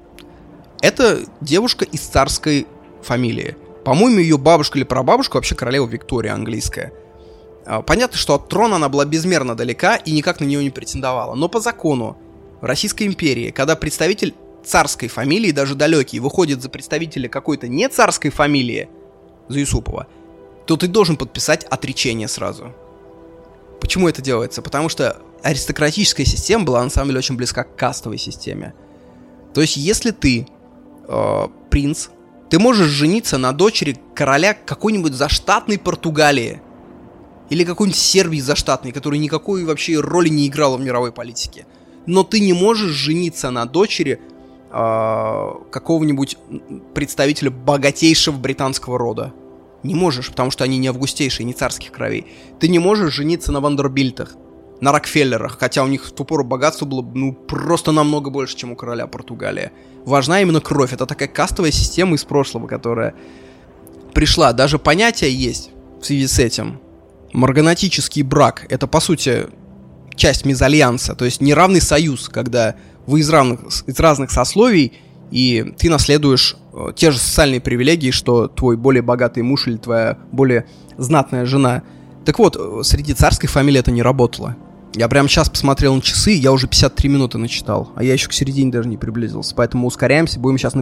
Это девушка из царской фамилии. По-моему, ее бабушка или прабабушка вообще королева Виктория английская. Э, понятно, что от трона она была безмерно далека и никак на нее не претендовала. Но по закону в Российской империи, когда представитель царской фамилии, даже далекий, выходит за представителя какой-то не царской фамилии, за Юсупова, то ты должен подписать отречение сразу. Почему это делается? Потому что аристократическая система была на самом деле очень близка к кастовой системе. То есть, если ты э, принц, ты можешь жениться на дочери короля какой-нибудь заштатной Португалии или какой-нибудь Сербии заштатной, которая никакой вообще роли не играла в мировой политике. Но ты не можешь жениться на дочери э, какого-нибудь представителя богатейшего британского рода. Не можешь, потому что они не августейшие, не царских кровей. Ты не можешь жениться на Вандербильтах, на Рокфеллерах, хотя у них в ту пору богатство было, ну, просто намного больше, чем у короля Португалии. Важна именно кровь. Это такая кастовая система из прошлого, которая пришла. Даже понятие есть в связи с этим. Марганатический брак — это, по сути, часть мезальянса, то есть неравный союз, когда вы из разных, из разных сословий, и ты наследуешь э, те же социальные привилегии, что твой более богатый муж или твоя более знатная жена. Так вот, э, среди царской фамилии это не работало. Я прямо сейчас посмотрел на часы, я уже пятьдесят три минуты начитал, а я еще к середине даже не приблизился. Поэтому ускоряемся, будем сейчас на...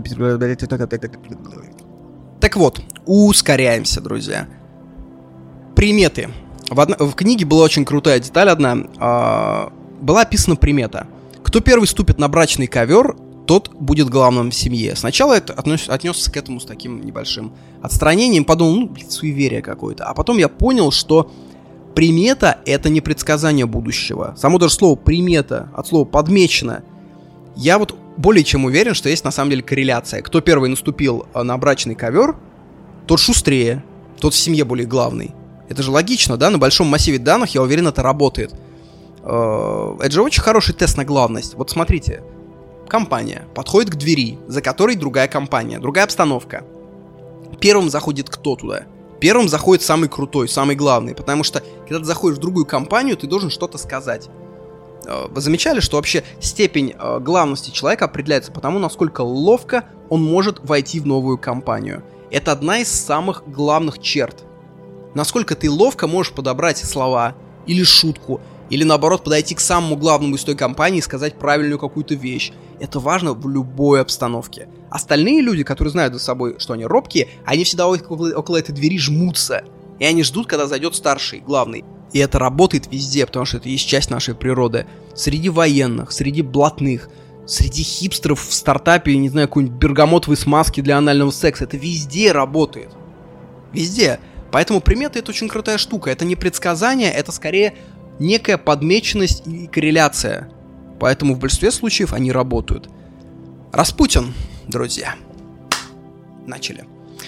Так вот, ускоряемся, друзья. Приметы. В, одно... в книге была очень крутая деталь одна. Э, была описана примета. Кто первый ступит на брачный ковер, тот будет главным в семье. Сначала это отнес, отнесся к этому с таким небольшим отстранением, подумал, ну, блин, суеверие какое-то. А потом я понял, что примета — это не предсказание будущего. Само даже слово «примета» от слова «подмечено». Я вот более чем уверен, что есть на самом деле корреляция. Кто первый наступил на брачный ковер, тот шустрее, тот в семье более главный. Это же логично, да? На большом массиве данных, я уверен, это работает. Это же очень хороший тест на главность. Вот смотрите. Компания подходит к двери, за которой другая компания, другая обстановка. Первым заходит кто туда? Первым заходит самый крутой, самый главный, потому что, когда ты заходишь в другую компанию, ты должен что-то сказать. Вы замечали, что вообще степень главности человека определяется по тому, насколько ловко он может войти в новую компанию. Это одна из самых главных черт. Насколько ты ловко можешь подобрать слова или шутку, или наоборот подойти к самому главному из той компании и сказать правильную какую-то вещь. Это важно в любой обстановке. Остальные люди, которые знают за собой, что они робкие, они всегда около, около этой двери жмутся. И они ждут, когда зайдет старший, главный. И это работает везде, потому что это есть часть нашей природы. Среди военных, среди блатных, среди хипстеров в стартапе, не знаю, какой-нибудь бергамотовой смазки для анального секса. Это везде работает. Везде. Поэтому приметы — это очень крутая штука. Это не предсказание, это скорее некая подмеченность и корреляция. Поэтому в большинстве случаев они работают. Распутин, друзья. Начали.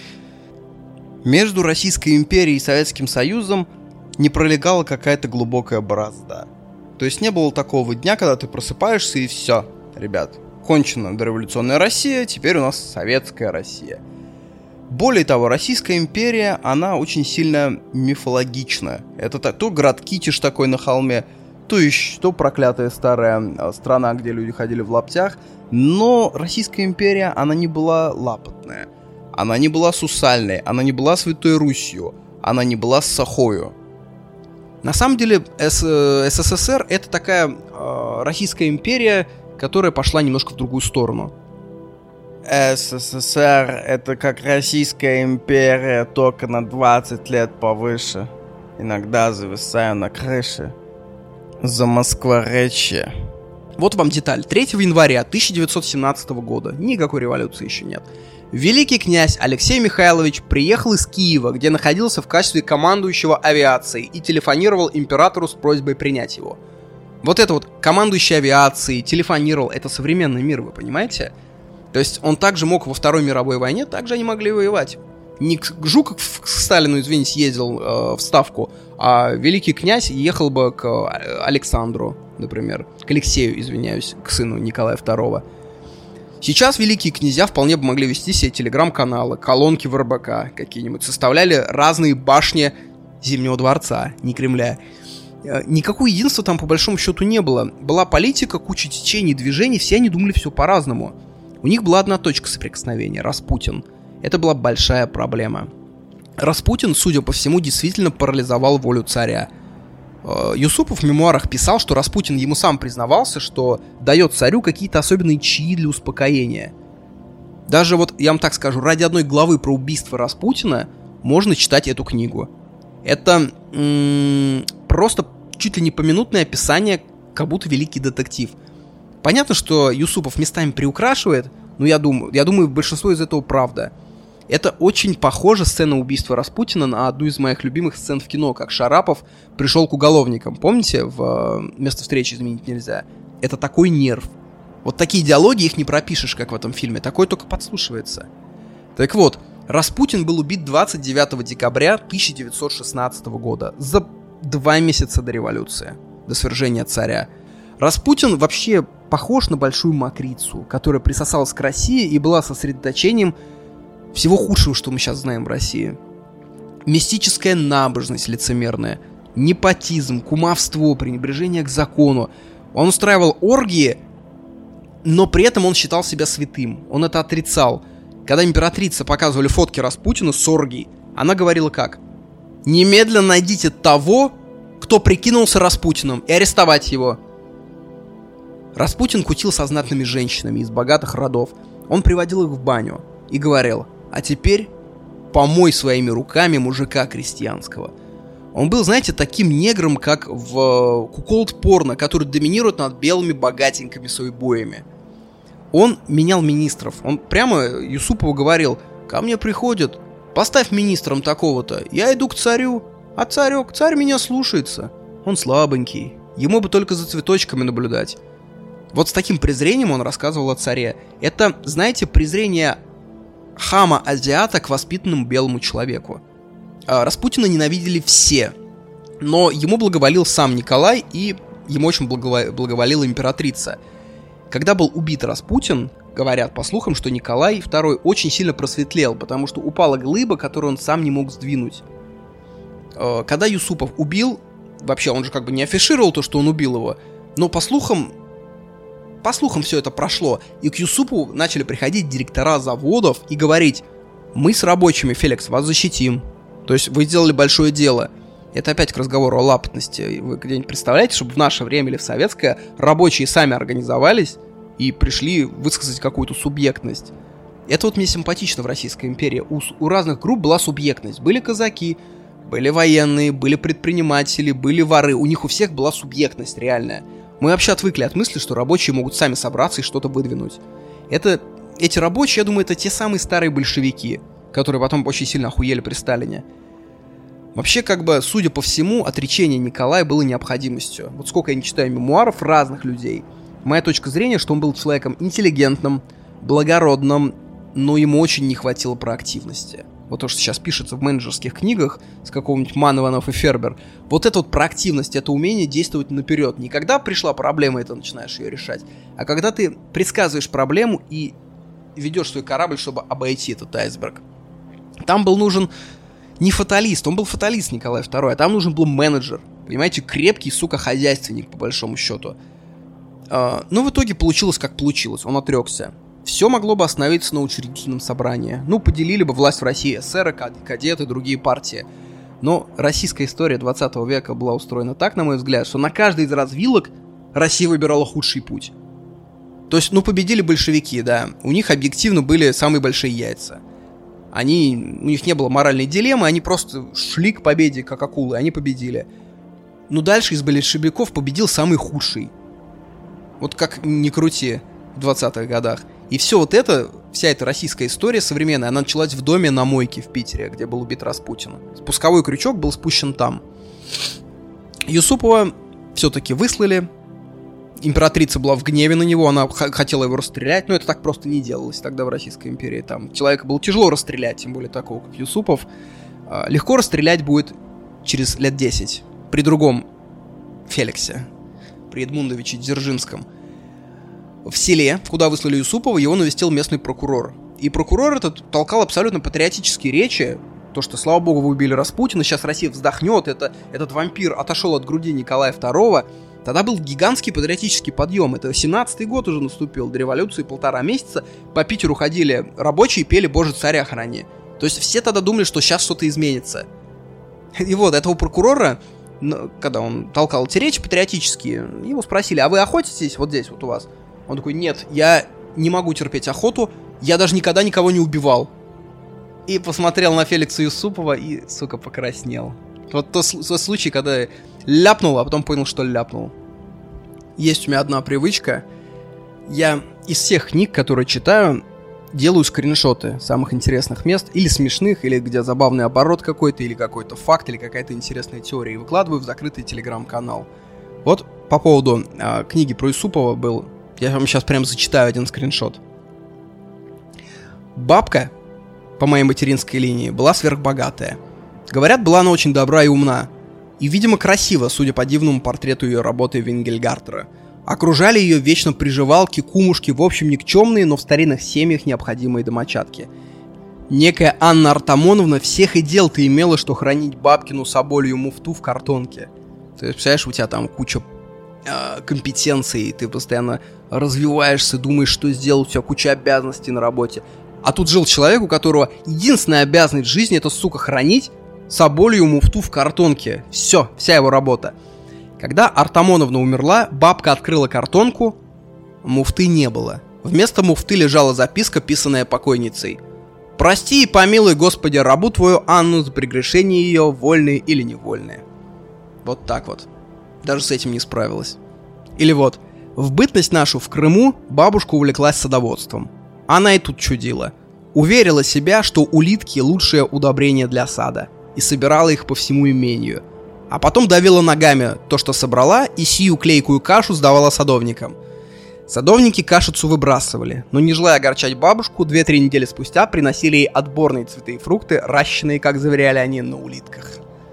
Между Российской империей и Советским Союзом не пролегала какая-то глубокая борозда. То есть не было такого дня, когда ты просыпаешься и все, ребят, кончена дореволюционная Россия, теперь у нас Советская Россия. Более того, Российская империя, она очень сильно мифологична. Это то град Китиш такой на холме, то еще то проклятая старая страна, где люди ходили в лаптях. Но Российская империя, она не была лапотная. Она не была сусальной, она не была Святой Русью, она не была Сахою. На самом деле СССР — это такая э, Российская империя, которая пошла немножко в другую сторону. СССР — это как Российская империя, только на двадцать лет повыше. Иногда зависаю на крыше. За Москворечье. Вот вам деталь. третьего января тысяча девятьсот семнадцатого года. Никакой революции еще нет. Великий князь Алексей Михайлович приехал из Киева, где находился в качестве командующего авиацией, и телефонировал императору с просьбой принять его. Вот это вот командующий авиацией, телефонировал, это современный мир, вы понимаете? То есть он также мог во Второй мировой войне, также они могли воевать. Не Жуков к Сталину, извините, ездил э, в Ставку, а великий князь ехал бы к Александру, например, к Алексею, извиняюсь, к сыну Николая второго. Сейчас великие князья вполне бы могли вести себе телеграм-каналы, колонки в эр бэ ка какие-нибудь, составляли разные башни Зимнего дворца, не Кремля. Никакого единства там по большому счету не было. Была политика, куча течений, движений, все они думали все по-разному. У них была одна точка соприкосновения — Распутин. Это была большая проблема. Распутин, судя по всему, действительно парализовал волю царя. Юсупов в мемуарах писал, что Распутин ему сам признавался, что дает царю какие-то особенные чаи для успокоения. Даже вот, я вам так скажу, ради одной главы про убийство Распутина можно читать эту книгу. Это м-м, просто чуть ли не поминутное описание, как будто великий детектив. Понятно, что Юсупов местами приукрашивает, но я думаю, я думаю, большинство из этого правда. Это очень похоже, сцена убийства Распутина, на одну из моих любимых сцен в кино, как Шарапов пришел к уголовникам. Помните, в «Место встречи изменить нельзя»? Это такой нерв. Вот такие диалоги, их не пропишешь, как в этом фильме. Такое только подслушивается. Так вот, Распутин был убит двадцать девятого декабря тысяча девятьсот шестнадцатого года, за два месяца до революции, до свержения царя. Распутин вообще похож на большую мокрицу, которая присосалась к России и была сосредоточением всего худшего, что мы сейчас знаем в России. Мистическая набожность лицемерная, непотизм, кумовство, пренебрежение к закону. Он устраивал оргии, но при этом он считал себя святым. Он это отрицал. Когда императрице показывали фотки Распутина с оргией, она говорила как? «Немедленно найдите того, кто прикинулся Распутиным, и арестовать его». Распутин кутил со знатными женщинами из богатых родов. Он приводил их в баню и говорил: «А теперь помой своими руками мужика крестьянского». Он был, знаете, таким негром, как в куколд-порно, который доминирует над белыми богатенькими сойбоями. Он менял министров. Он прямо Юсупову говорил: «Ко мне приходят, поставь министром такого-то, я иду к царю, а царек, царь меня слушается. Он слабенький, ему бы только за цветочками наблюдать». Вот с таким презрением он рассказывал о царе. Это, знаете, презрение хама-азиата к воспитанному белому человеку. Распутина ненавидели все, но ему благоволил сам Николай, и ему очень благо... благоволила императрица. Когда был убит Распутин, говорят по слухам, что Николай второй очень сильно просветлел, потому что упала глыба, которую он сам не мог сдвинуть. Когда Юсупов убил, вообще он же как бы не афишировал то, что он убил его, но по слухам, по слухам все это прошло, и к Юсупову начали приходить директора заводов и говорить: «Мы с рабочими, Феликс, вас защитим». То есть вы сделали большое дело. Это опять к разговору о лапотности. Вы где-нибудь представляете, чтобы в наше время или в советское рабочие сами организовались и пришли высказать какую-то субъектность? Это вот мне симпатично в Российской империи. У, у разных групп была субъектность. Были казаки, были военные, были предприниматели, были воры. У них у всех была субъектность реальная. Мы вообще отвыкли от мысли, что рабочие могут сами собраться и что-то выдвинуть. Это, эти рабочие, я думаю, это те самые старые большевики, которые потом очень сильно охуели при Сталине. Вообще, как бы, судя по всему, отречение Николая было необходимостью. Вот сколько я не читаю мемуаров разных людей. Моя точка зрения, что он был человеком интеллигентным, благородным, но ему очень не хватило проактивности. Вот то, что сейчас пишется в менеджерских книгах с какого-нибудь Манованов и Фербер. Вот эта вот проактивность, это умение действовать наперед. Не когда пришла проблема, и ты начинаешь ее решать, а когда ты предсказываешь проблему и ведешь свой корабль, чтобы обойти этот айсберг. Там был нужен не фаталист, он был фаталист Николай второй, а там нужен был менеджер. Понимаете, крепкий, сука, хозяйственник, по большому счету. А, но в итоге получилось, как получилось. Он отрекся. Все могло бы остановиться на учредительном собрании. Ну, поделили бы власть в России эсеры, кадеты, другие партии. Но российская история двадцатого века была устроена так, на мой взгляд, что на каждой из развилок Россия выбирала худший путь. То есть, ну, победили большевики, да. У них объективно были самые большие яйца. Они, у них не было моральной дилеммы, они просто шли к победе, как акулы, они победили. Но дальше из большевиков победил самый худший. Вот как ни крути в двадцатых годах. И все вот это, вся эта российская история современная, она началась в доме на Мойке в Питере, где был убит Распутин. Спусковой крючок был спущен там. Юсупова все-таки выслали. Императрица была в гневе на него, она х- хотела его расстрелять, но это так просто не делалось тогда в Российской империи. Там человека было тяжело расстрелять, тем более такого, как Юсупов. А, легко расстрелять будет через лет десять. При другом Феликсе, при Эдмундовиче Дзержинском. В селе, куда выслали Юсупова, его навестил местный прокурор. И прокурор этот толкал абсолютно патриотические речи. То, что, слава богу, вы убили Распутина, сейчас Россия вздохнет, это, этот вампир отошел от груди Николая второго. Тогда был гигантский патриотический подъем. Это семнадцатый год уже наступил, до революции полтора месяца. По Питеру ходили рабочие, пели «Боже, царя храни». То есть все тогда думали, что сейчас что-то изменится. И вот этого прокурора, когда он толкал эти речи патриотические, его спросили: а вы охотитесь вот здесь вот у вас? Он такой: нет, я не могу терпеть охоту, я даже никогда никого не убивал. И посмотрел на Феликса Юсупова и, сука, покраснел. Вот тот, тот случай, когда ляпнул, а потом понял, что ляпнул. Есть у меня одна привычка. Я из всех книг, которые читаю, делаю скриншоты самых интересных мест, или смешных, или где забавный оборот какой-то, или какой-то факт, или какая-то интересная теория, и выкладываю в закрытый телеграм-канал. Вот по поводу э, книги про Юсупова был... Я вам сейчас прям зачитаю один скриншот. Бабка, по моей материнской линии, была сверхбогатая. Говорят, была она очень добра и умна. И, видимо, красива, судя по дивному портрету ее работы Вингельгартера. Окружали ее вечно приживалки, кумушки, в общем, никчемные, но в старинных семьях необходимые домочадки. Некая Анна Артамоновна всех и дел-то имела, что хранить бабкину соболью муфту в картонке. Ты представляешь, у тебя там куча э, компетенций, ты постоянно развиваешься, думаешь, что сделать, у тебя куча обязанностей на работе. А тут жил человек, у которого единственная обязанность в жизни — это, сука, хранить соболью муфту в картонке. Все, вся его работа. Когда Артамоновна умерла, бабка открыла картонку, муфты не было. Вместо муфты лежала записка, писанная покойницей: «Прости и помилуй, Господи, рабу твою Анну за прегрешение ее, вольные или невольные». Вот так вот. Даже с этим не справилась. Или вот: в бытность нашу в Крыму бабушка увлеклась садоводством. Она и тут чудила. Уверила себя, что улитки — лучшее удобрение для сада, и собирала их по всему имению. А потом давила ногами то, что собрала, и сию клейкую кашу сдавала садовникам. Садовники кашицу выбрасывали, но, не желая огорчать бабушку, две-три недели спустя приносили ей отборные цветы и фрукты, ращенные, как заверяли они, на улитках.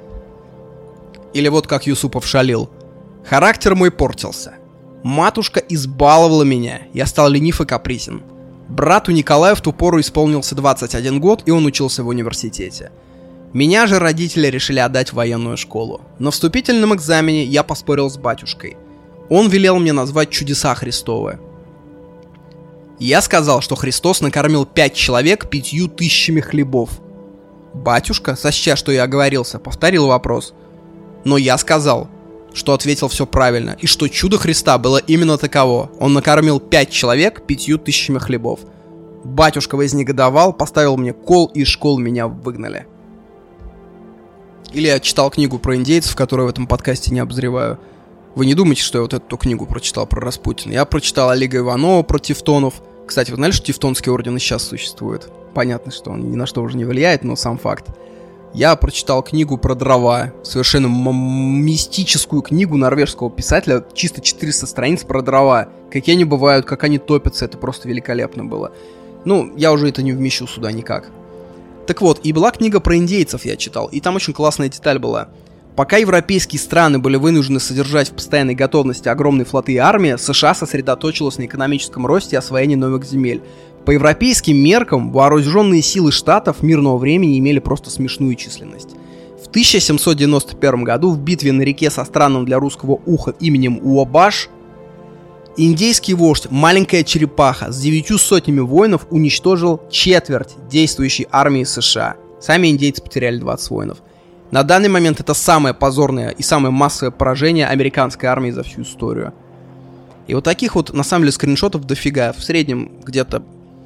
Или вот как Юсупов шалил: «Характер мой портился. Матушка избаловала меня, я стал ленив и капризен. Брату Николаю в ту пору исполнился двадцать один год, и он учился в университете. Меня же родители решили отдать в военную школу. На вступительном экзамене я поспорил с батюшкой. Он велел мне назвать чудеса Христовы. Я сказал, что Христос накормил пять человек пятью тысячами хлебов. Батюшка, сочтя, что я оговорился, повторил вопрос. Но я сказал, что ответил все правильно, и что чудо Христа было именно таково. Он накормил пять человек пятью тысячами хлебов. Батюшка вознегодовал, поставил мне кол, и из школы меня выгнали. Или я читал книгу про индейцев, которую в этом подкасте не обозреваю. Вы не думайте, что я вот эту книгу прочитал про Распутина. Я прочитал Олега Иванова про тевтонов. Кстати, вы знали, что Тевтонский орден и сейчас существует? Понятно, что он ни на что уже не влияет, но сам факт. Я прочитал книгу про дрова. Совершенно м- мистическую книгу норвежского писателя. Чисто четыреста страниц про дрова. Какие они бывают, как они топятся. Это просто великолепно было. Ну, я уже это не вмещу сюда никак. Так вот, и была книга про индейцев, я читал. И там очень классная деталь была. Пока европейские страны были вынуждены содержать в постоянной готовности огромные флоты и армии, США сосредоточилась на экономическом росте и освоении новых земель. По европейским меркам, вооруженные силы штатов мирного времени имели просто смешную численность. В тысяча семьсот девяносто первом году в битве на реке со странным для русского уха именем Уабаш индейский вождь, маленькая черепаха с девятью сотнями воинов уничтожил четверть действующей армии США. Сами индейцы потеряли двадцать воинов. На данный момент это самое позорное и самое массовое поражение американской армии за всю историю. И вот таких вот, на самом деле, скриншотов дофига. В среднем где-то,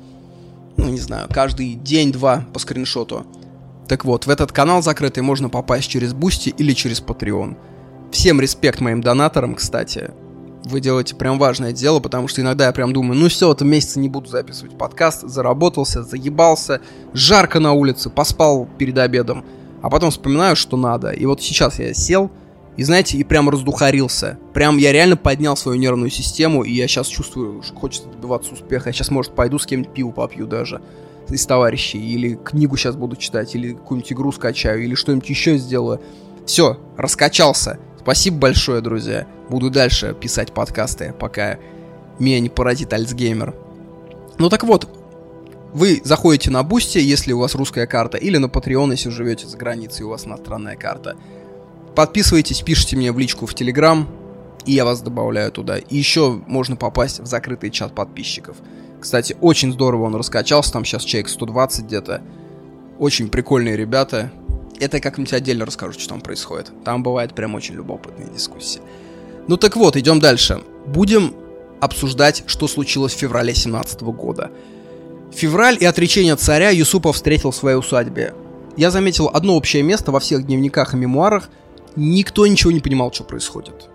ну не знаю, каждый день-два по скриншоту. Так вот, в этот канал закрытый можно попасть через Boosty или через Patreon. Всем респект моим донаторам, кстати. Вы делаете прям важное дело, потому что иногда я прям думаю, ну все, в этом месяце не буду записывать подкаст, заработался, заебался, жарко на улице, поспал перед обедом. А потом вспоминаю, что надо. И вот сейчас я сел, и знаете, и прям раздухарился. Прям я реально поднял свою нервную систему, и я сейчас чувствую, что хочется добиваться успеха. Я сейчас, может, пойду с кем-нибудь пиво попью даже из товарищей, или книгу сейчас буду читать, или какую-нибудь игру скачаю, или что-нибудь еще сделаю. Все, раскачался. Спасибо большое, друзья. Буду дальше писать подкасты, пока меня не поразит Альцгеймер. Ну так вот, вы заходите на Boosty, если у вас русская карта, или на Patreon, если живете за границей, у вас иностранная карта. Подписывайтесь, пишите мне в личку в Telegram, и я вас добавляю туда. И еще можно попасть в закрытый чат подписчиков. Кстати, очень здорово он раскачался, там сейчас человек сто двадцать где-то. Очень прикольные ребята. Это я как-нибудь отдельно расскажу, что там происходит. Там бывает прям очень любопытные дискуссии. Ну так вот, идем дальше. Будем обсуждать, что случилось в феврале семнадцатого года. Февраль и отречение царя Юсупов встретил в своей усадьбе. Я заметил одно общее место во всех дневниках и мемуарах. Никто ничего не понимал, что происходит.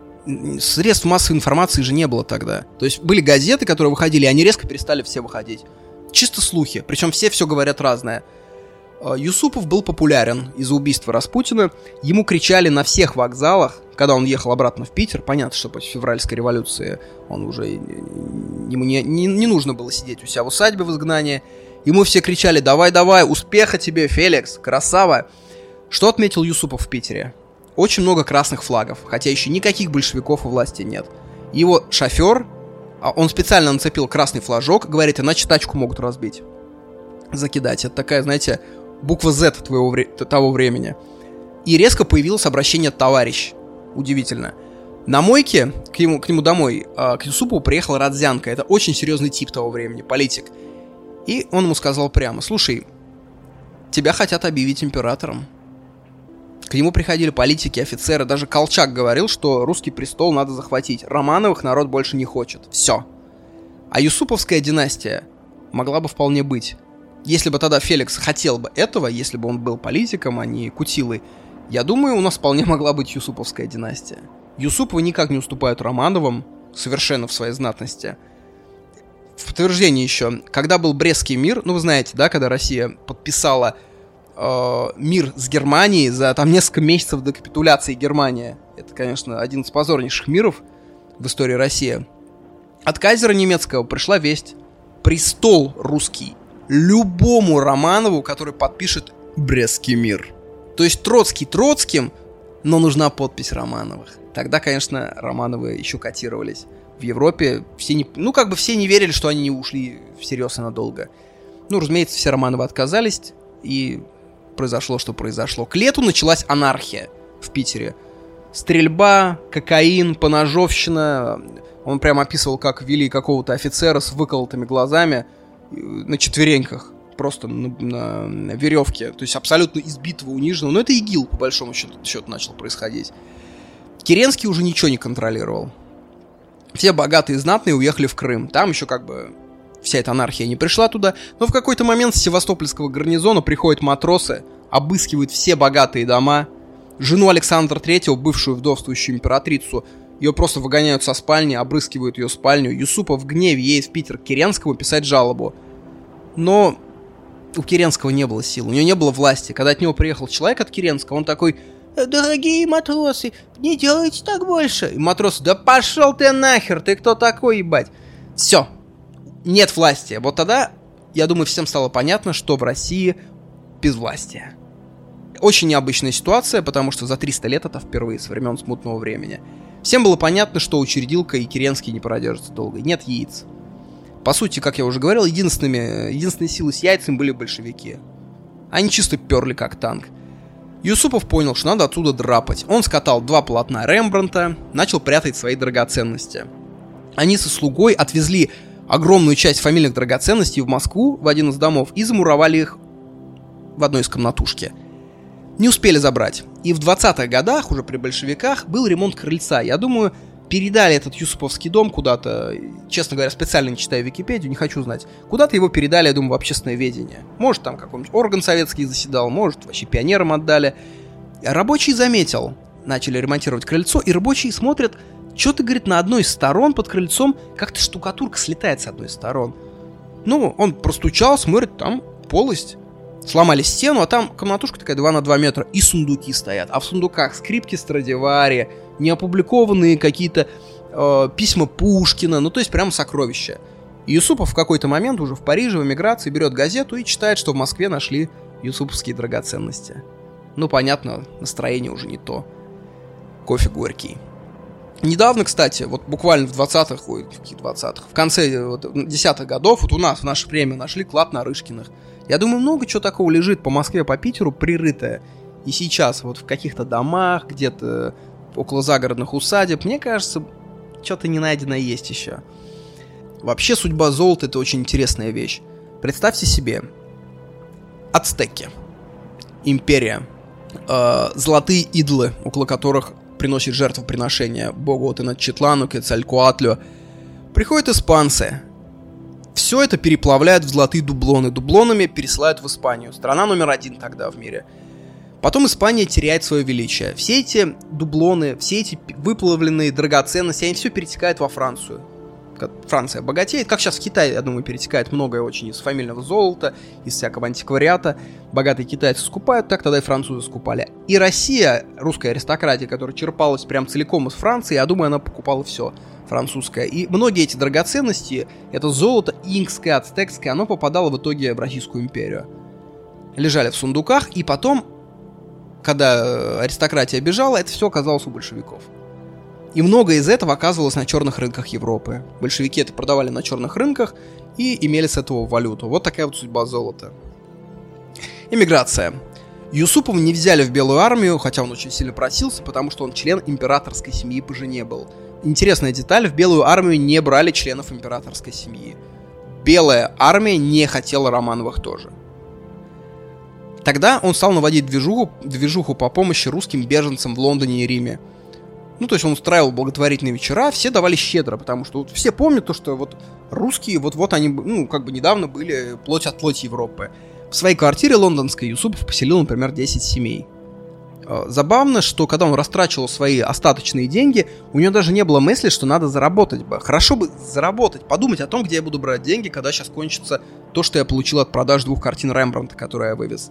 Средств массовой информации же не было тогда. То есть были газеты, которые выходили, и они резко перестали все выходить. Чисто слухи, причем все все говорят разное. Юсупов был популярен из-за убийства Распутина. Ему кричали на всех вокзалах, когда он ехал обратно в Питер. Понятно, что после февральской революции он уже ему не, не, не нужно было сидеть у себя в усадьбе в изгнании. Ему все кричали: давай-давай, успеха тебе, Феликс, красава. Что отметил Юсупов в Питере? Очень много красных флагов, хотя еще никаких большевиков у власти нет. Его шофер, он специально нацепил красный флажок, говорит, иначе тачку могут разбить. Закидать. Это такая, знаете, буква Z твоего вре- того времени. И резко появилось обращение «товарищ». Удивительно. На мойке к нему, к нему домой, к Юсупову приехал Родзянко. Это очень серьезный тип того времени, политик. И он ему сказал прямо: слушай, тебя хотят объявить императором. К нему приходили политики, офицеры. Даже Колчак говорил, что русский престол надо захватить. Романовых народ больше не хочет. Все. А Юсуповская династия могла бы вполне быть. Если бы тогда Феликс хотел бы этого, если бы он был политиком, а не кутилой, я думаю, у нас вполне могла быть Юсуповская династия. Юсуповы никак не уступают Романовым, совершенно в своей знатности. В подтверждение еще, когда был Брестский мир, ну вы знаете, да, когда Россия подписала э, мир с Германией за там несколько месяцев до капитуляции Германии. Это, конечно, один из позорнейших миров в истории России. От кайзера немецкого пришла весть: престол русский любому Романову, который подпишет Брестский мир. То есть Троцкий Троцким, но нужна подпись Романовых. Тогда, конечно, Романовы еще котировались в Европе. Все не, ну, как бы все не верили, что они не ушли всерьез и надолго. Ну, разумеется, все Романовы отказались, и произошло, что произошло. К лету началась анархия в Питере. Стрельба, кокаин, поножовщина. Он прям описывал, как вели какого-то офицера с выколотыми глазами на четвереньках, просто на, на, на веревке, то есть абсолютно избитого, униженного. Но это ИГИЛ, по большому счету, счету начал происходить. Керенский уже ничего не контролировал. Все богатые и знатные уехали в Крым. Там еще как бы вся эта анархия не пришла туда, но в какой-то момент с севастопольского гарнизона приходят матросы, обыскивают все богатые дома. Жену Александра Третьего, бывшую вдовствующую императрицу, ее просто выгоняют со спальни, обрыскивают ее спальню. Юсупов в гневе едет в Питер к Керенскому писать жалобу. Но у Керенского не было сил, у него не было власти. Когда от него приехал человек от Керенского, он такой: «Дорогие матросы, не делайте так больше». И матросы: «Да пошел ты нахер, ты кто такой, ебать?» Все, нет власти. Вот тогда, я думаю, всем стало понятно, что в России безвластие. Очень необычная ситуация, потому что за триста лет это впервые со времен смутного времени. Всем было понятно, что Учредилка и Керенский не продержатся долго. Нет яиц. По сути, как я уже говорил, единственными, единственной силой с яйцами были большевики. Они чисто перли как танк. Юсупов понял, что надо оттуда драпать. Он скатал два полотна Рембрандта, начал прятать свои драгоценности. Они со слугой отвезли огромную часть фамильных драгоценностей в Москву, в один из домов, и замуровали их в одной из комнатушки. Не успели забрать. И в двадцатых годах, уже при большевиках, был ремонт крыльца. Я думаю, передали этот юсуповский дом куда-то, честно говоря, специально не читаю Википедию, не хочу знать. Куда-то его передали, я думаю, в общественное ведение. Может, там какой-нибудь орган советский заседал, может, вообще пионерам отдали. Рабочий заметил, начали ремонтировать крыльцо, и рабочие смотрят, что-то, говорит, на одной из сторон под крыльцом как-то штукатурка слетает с одной из сторон. Ну, он простучал, смотрит, там полость. Сломали стену, а там комнатушка такая два на два метра, и сундуки стоят. А в сундуках скрипки Страдивари, неопубликованные какие-то э, письма Пушкина, ну то есть прям сокровища. И Юсупов в какой-то момент уже в Париже, в эмиграции, берет газету и читает, что в Москве нашли юсуповские драгоценности. Ну понятно, настроение уже не то. Кофе горький. Недавно, кстати, вот буквально в двадцатых, ой, каких двадцатых, в конце вот, десятых годов, вот у нас в наше время нашли клад Нарышкиных. Я думаю, много чего такого лежит по Москве, по Питеру прирытое. И сейчас вот в каких-то домах, где-то около загородных усадеб, мне кажется, что-то не найдено есть еще. Вообще судьба золота — это очень интересная вещь. Представьте себе, ацтеки, империя, э, золотые идолы, около которых приносят жертвоприношения богу Теночтитлану, Кецалькоатлю. Приходят испанцы. Все это переплавляют в золотые дублоны. Дублонами пересылают в Испанию. Страна номер один тогда в мире. Потом Испания теряет свое величие. Все эти дублоны, все эти выплавленные драгоценности, они все перетекают во Францию. Франция богатеет, как сейчас в Китае, я думаю, перетекает многое очень из фамильного золота, из всякого антиквариата. Богатые китайцы скупают, так тогда и французы скупали. И Россия, русская аристократия, которая черпалась прям целиком из Франции, я думаю, она покупала все французское. И многие эти драгоценности, это золото инкское, ацтекское, оно попадало в итоге в Российскую империю. Лежали в сундуках, и потом, когда аристократия бежала, это все оказалось у большевиков. И многое из этого оказывалось на черных рынках Европы. Большевики это продавали на черных рынках и имели с этого валюту. Вот такая вот судьба золота. Эмиграция. Юсупова не взяли в Белую армию, хотя он очень сильно просился, потому что он член императорской семьи по жене был. Интересная деталь, в Белую армию не брали членов императорской семьи. Белая армия не хотела Романовых тоже. Тогда он стал наводить движуху, движуху по помощи русским беженцам в Лондоне и Риме. Ну, то есть он устраивал благотворительные вечера, все давали щедро, потому что вот все помнят то, что вот русские, вот-вот они, ну, как бы недавно были плоть от плоти Европы. В своей квартире лондонской Юсупов поселил, например, десять семей. Забавно, что когда он растрачивал свои остаточные деньги, у него даже не было мысли, что надо заработать бы. Хорошо бы заработать, подумать о том, где я буду брать деньги, когда сейчас кончится то, что я получил от продаж двух картин Рембрандта, которые я вывез.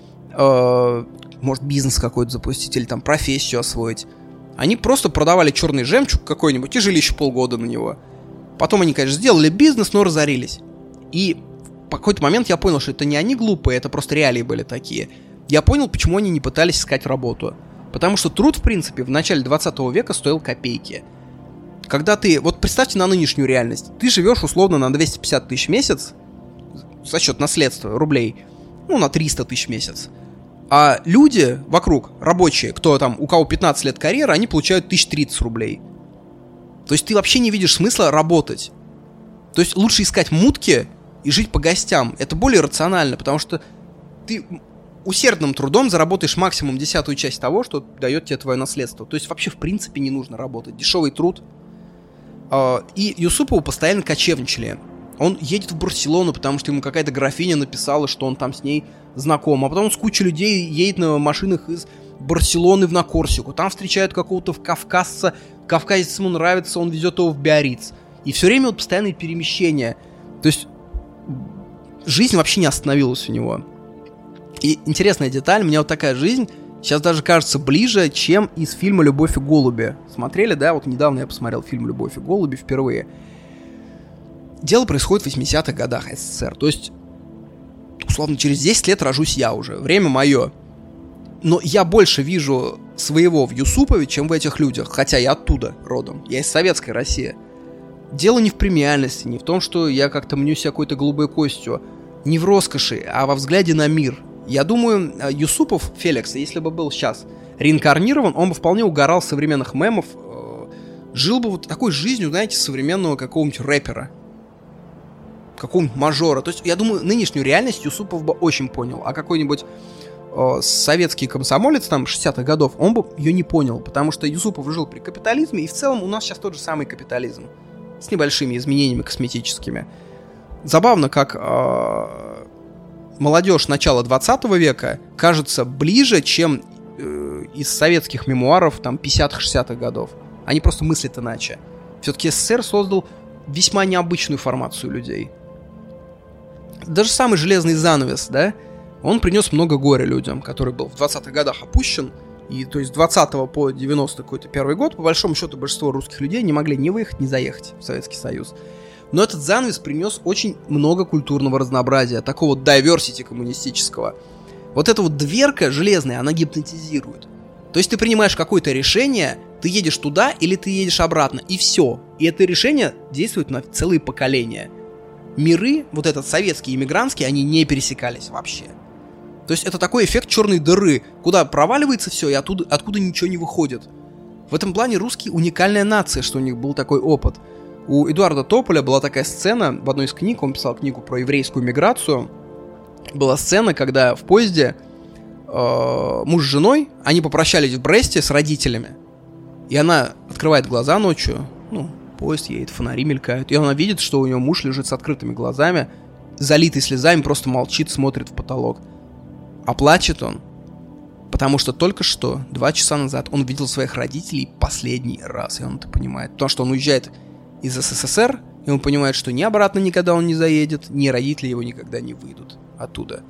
Может, бизнес какой-то запустить или там профессию освоить. Они просто продавали черный жемчуг какой-нибудь и жили еще полгода на него. Потом они, конечно, сделали бизнес, но разорились. И в какой-то момент я понял, что это не они глупые, это просто реалии были такие. Я понял, почему они не пытались искать работу. Потому что труд, в принципе, в начале двадцатого века стоил копейки. Когда ты... Вот представьте на нынешнюю реальность. Ты живешь условно на двести пятьдесят тысяч в месяц за счет наследства рублей. Ну, на триста тысяч в месяц. А люди вокруг, рабочие, кто там, у кого пятнадцать лет карьеры, они получают тысяча тридцать рублей. То есть ты вообще не видишь смысла работать. То есть лучше искать мутки и жить по гостям. Это более рационально, потому что ты усердным трудом заработаешь максимум десятую часть того, что дает тебе твое наследство. То есть вообще в принципе не нужно работать. Дешевый труд. И Юсупову постоянно кочевничали. Он едет в Барселону, потому что ему какая-то графиня написала, что он там с ней знаком. А потом он с кучей людей едет на машинах из Барселоны на Корсику. Там встречают какого-то кавказца. Кавказец ему нравится, он везет его в Биарриц. И все время вот постоянные перемещения. То есть жизнь вообще не остановилась у него. И интересная деталь, мне вот такая жизнь сейчас даже кажется ближе, чем из фильма «Любовь и голуби». Смотрели, да? Вот недавно я посмотрел фильм «Любовь и голуби» впервые. Дело происходит в восьмидесятых годах СССР. То есть, условно, через десять лет рожусь я уже. Время мое. Но я больше вижу своего в Юсупове, чем в этих людях. Хотя я оттуда родом. Я из советской России. Дело не в премиальности, не в том, что я как-то мнюсь какой-то голубой костью. Не в роскоши, а во взгляде на мир. Я думаю, Юсупов, Феликс, если бы был сейчас реинкарнирован, он бы вполне угорал современных мемов. Жил бы вот такой жизнью, знаете, современного какого-нибудь рэпера. Какого-нибудь мажора. То есть, я думаю, нынешнюю реальность Юсупов бы очень понял. А какой-нибудь э, советский комсомолец там шестидесятых годов, он бы ее не понял. Потому что Юсупов жил при капитализме, и в целом у нас сейчас тот же самый капитализм. С небольшими изменениями косметическими. Забавно, как э, молодежь начала двадцатого века кажется ближе, чем э, из советских мемуаров там пятидесятых-шестидесятых годов. Они просто мыслят иначе. Все-таки СССР создал весьма необычную формацию людей. Даже самый железный занавес, да, он принес много горя людям, который был в двадцатых годах опущен. И то есть с двадцатого по девяностый какой-то первый год, по большому счету, большинство русских людей не могли ни выехать, ни заехать в Советский Союз. Но этот занавес принес очень много культурного разнообразия, такого diversity коммунистического. Вот эта вот дверка железная, она гипнотизирует. То есть ты принимаешь какое-то решение, ты едешь туда или ты едешь обратно, и все. И это решение действует на целые поколения. Миры, вот этот советский, иммигрантский, они не пересекались вообще. То есть это такой эффект черной дыры, куда проваливается все, и оттуда, откуда ничего не выходит. В этом плане русские уникальная нация, что у них был такой опыт. У Эдуарда Тополя была такая сцена в одной из книг, он писал книгу про еврейскую миграцию. Была сцена, когда в поезде э, муж с женой, они попрощались в Бресте с родителями. И она открывает глаза ночью, ну, поезд едет, фонари мелькают, и она видит, что у нее муж лежит с открытыми глазами, залитый слезами, просто молчит, смотрит в потолок. А плачет он, потому что только что, два часа назад, он видел своих родителей последний раз, и он это понимает. Потому что он уезжает из СССР, и он понимает, что ни обратно никогда он не заедет, ни родители его никогда не выйдут оттуда.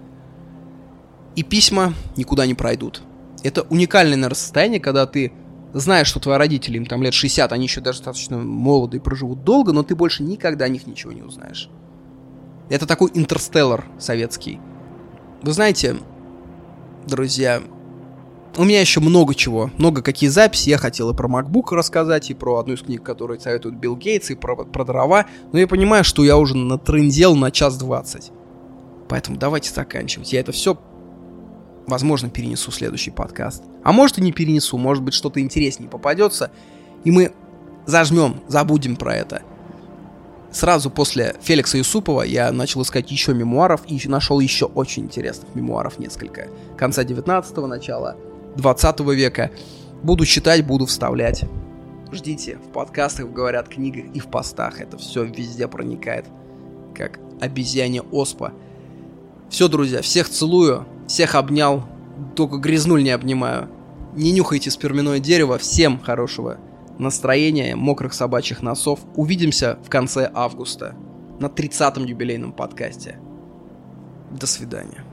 И письма никуда не пройдут. Это уникальное, наверное, состояние, когда ты знаешь, что твои родители, им там лет шестьдесят, они еще достаточно молоды и проживут долго, но ты больше никогда о них ничего не узнаешь. Это такой интерстеллар советский. Вы знаете, друзья, у меня еще много чего, много какие записи. Я хотел и про MacBook рассказать, и про одну из книг, которую советует Билл Гейтс, и про, про дрова. Но я понимаю, что я уже натрындел на час двадцать. Поэтому давайте заканчивать. Я это все, возможно, перенесу в следующий подкаст. А может и не перенесу, может быть, что-то интереснее попадется, и мы зажмем, забудем про это. Сразу после Феликса Юсупова я начал искать еще мемуаров и нашел еще очень интересных мемуаров несколько. Конца девятнадцатого, начала двадцатого века. Буду читать, буду вставлять. Ждите, в подкастах, в «Говорят книгах» и в постах. Это все везде проникает, как обезьянья оспа. Все, друзья, всех целую, всех обнял, только грязнуль не обнимаю. Не нюхайте спермяное дерево. Всем хорошего настроения, мокрых собачьих носов. Увидимся в конце августа на тридцатом юбилейном подкасте. До свидания.